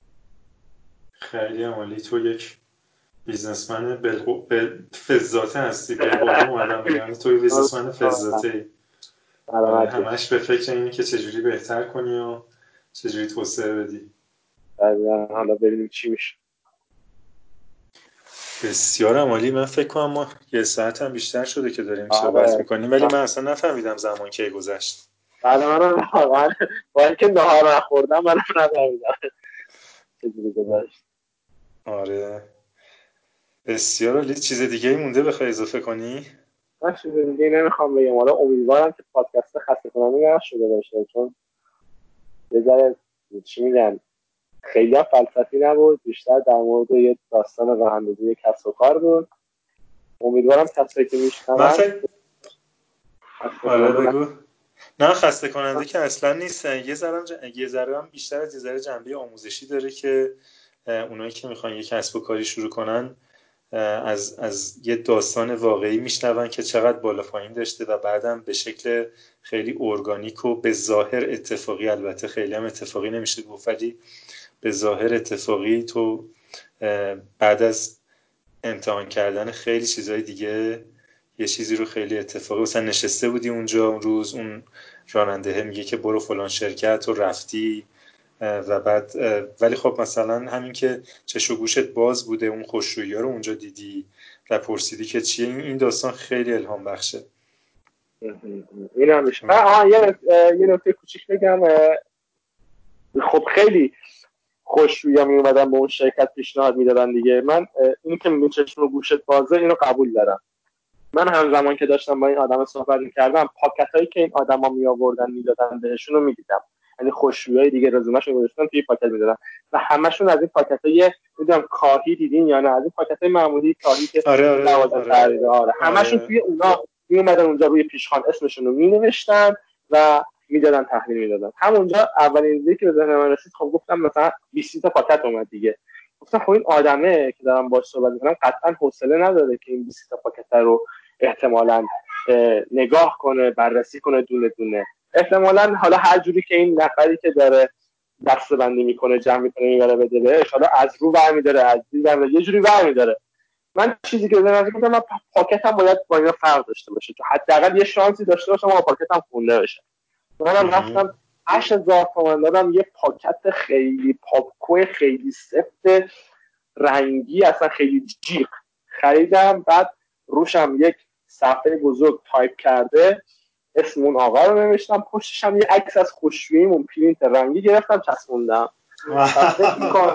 Speaker 1: خیلی عالی. تو یک بیزنسمن بلغو... بل... فزاته هستی. بالقوه اومدم بگم تو یک بیزنسمن فزاته، همش به فکر اینی که چجوری بهتر کنی و چجوری توسعه بدی.
Speaker 2: حالا ببینیم چی میشه.
Speaker 1: بسیار عالی. من فکر کنم ما یه ساعت هم بیشتر شده که داریم صحبت میکنیم ولی من اصلا نفهمیدم زمان کی گذشت.
Speaker 2: بله منم واقعا با اینکه نهار نخوردم منم نفهمیدم چجوری گذشت.
Speaker 1: آره بسیار عالی. چیز دیگه ای مونده بخوای اضافه کنی؟
Speaker 2: من چیز دیگه نمیخوام بگم. حالا امیدوارم که پادکست خسته کننده نشده باشه، چون یه ذره چی میگن خیلی هم فلسفی نبود، بیشتر در مورد یه داستان راه اندازی کسب و کار بود. امیدوارم کسایی که میشنون
Speaker 1: من فکر آره بگو. نه خسته کننده که اصلا نیست. یه ذره یه ذره هم بیشتر از یه ذره جنبه آموزشی داره که اونایی که میخوان یه کسب و کاری شروع کنن از از یه داستان واقعی میشنون که چقدر بالا پایین داشته و بعدم به شکل خیلی ارگانیک و به ظاهر اتفاقی، البته خیلی هم اتفاقی نمیشه گفت، ولی به ظاهر اتفاقی تو بعد از امتحان کردن خیلی چیزهای دیگه یه چیزی رو خیلی اتفاقی، مثلا نشسته بودی اونجا اون روز، اون راننده میگه که برو فلان شرکت و رفتی و بعد ولی خب مثلا همین که چش و گوشت باز بوده، اون خوشرویی ها رو اونجا دیدی و پرسیدی که چیه، این داستان خیلی الهام بخشه.
Speaker 2: این هم میشه. آها یه یه نکته کوچیک بگم. خب خیلی خوشرویی می اومدن به اون شرکت پیشنهاد میدادن دیگه. من اینی که می چشم و گوشت بازه اینو قبول دارم. من همزمان که داشتم با این آدم صحبت می‌کردم، پاکتایی که این آدما می آوردن میدادن بهشون رو می‌دیدم، یعنی خوشرویای دیگه رزومه‌شون رو گذاشتن توی پاکت میدادن و همشون از این پاکتای نمیدونم کاهی دیدین یا نه، از این پاکتای معمولی کاهی که
Speaker 1: آره آره
Speaker 2: دوازده
Speaker 1: آره,
Speaker 2: آره. آره. همشون
Speaker 1: آره.
Speaker 2: توی اونا می اومدن اونجا روی پیشخوان اسمشون رو مینوشتن و میدادن تحویل میدادن. همونجا اولین ایده که به ذهن من رسید، خب گفتم مثلا بیست تا پاکت اومد دیگه. گفتم خب این آدمه که دارم باهاش صحبت می‌کنم قطعا حوصله نداره که این بیست تا پاکت رو احتمالاً نگاه کنه، بررسی کنه دونه دونه. احتمالاً حالا هر جوری که این نفری که داره دسته بندی میکنه، جمع میکنه، میبره بده بهش، حالا از رو برمی‌داره، از دید برمی‌داره، یه جوری برمی‌داره. من چیزی که بزنم گفتم من پاکتم باید با اینا فرق داشته باشه، که حداقل یه شانسی داشته باشم و پاکتم خونده بشه. منم رفتم هشت هزار تومان دادم یه پاکت خیلی پاکو خیلی سفت رنگی اصلا خیلی جیغ خریدم. بعد روشم یک صفحه بزرگ تایپ کرده اسم اون آقا رو نوشتم، پشتش هم یه عکس از خوشروییمون پرینت رنگی گرفتم چسبوندم. و فکر میکنم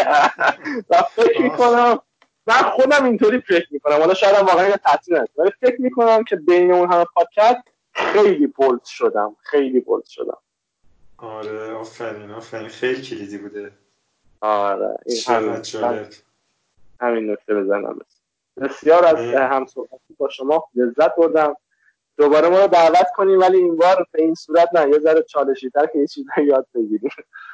Speaker 2: و فکر میکنم من خودم اینطوری فکر میکنم، حالا شاید واقعا یه تاثیر نداره، ولی فکر میکنم که بین اون همه پاکت خیلی بولد شدم، خیلی بولد شدم.
Speaker 1: آره آفرین آفرین، خیلی کلیدی بوده.
Speaker 2: آره این همین
Speaker 1: جالب.
Speaker 2: همین نکته بزنم. بسیار از همصحبتی با شما لذت بردم. دوباره ما رو دعوت کنیم، ولی این بار به این صورت نه، یه ذره چالشی تر که یه چیزایی یاد بگیریم.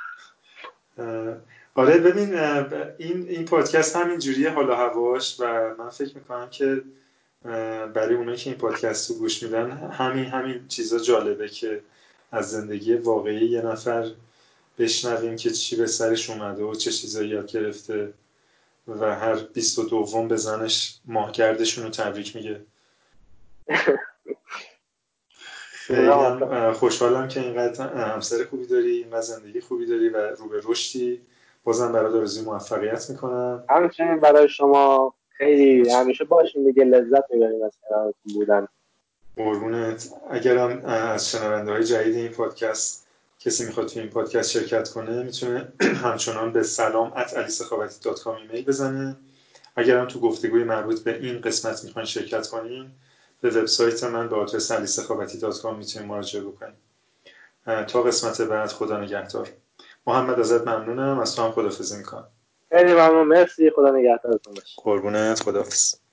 Speaker 1: آره ببین این این پادکست همین جوریه حالا هواش، و من فکر میکنم که برای اونایی که این پادکست رو گوش میدن همین همین چیزا جالبه که از زندگی واقعی یه نفر بشنویم که چی به سرش اومده و چه چیزایی یاد گرفته و هر بیست و دوم به زنش ماهگردشون رو تبریک میگه. خیلی هم خوشحالم که اینقدر همسر خوبی داری، اینقدر زندگی خوبی داری و رو به رشدی. بازم برات آرزوی موفقیت میکنم.
Speaker 2: همچنین برای شما. خیلی همیشه باشین دیگه، لذت میبریم از کنارتون بودن.
Speaker 1: قربونت. اگرم از شنونده های جدید این پادکست کسی میخواد تو این پادکست شرکت کنه میتونه همچنان به سلام ات علی سخاوتی دات کام ایمیل بزنه. اگرم تو گفتگوی مربوط به این قسمت میخواین شرکت کنین به وبسایت من به آدرس علی سخاوتی دات کام میتونین مراجعه بکنین. تا قسمت بعد خدا نگهدار. محمد ازت ممنونم، از تو هم خداحافظی میکنم.
Speaker 2: خیلی ممنون، مرسی، خدا نگهدارتون باشه.
Speaker 1: قربونت، خداحافظ.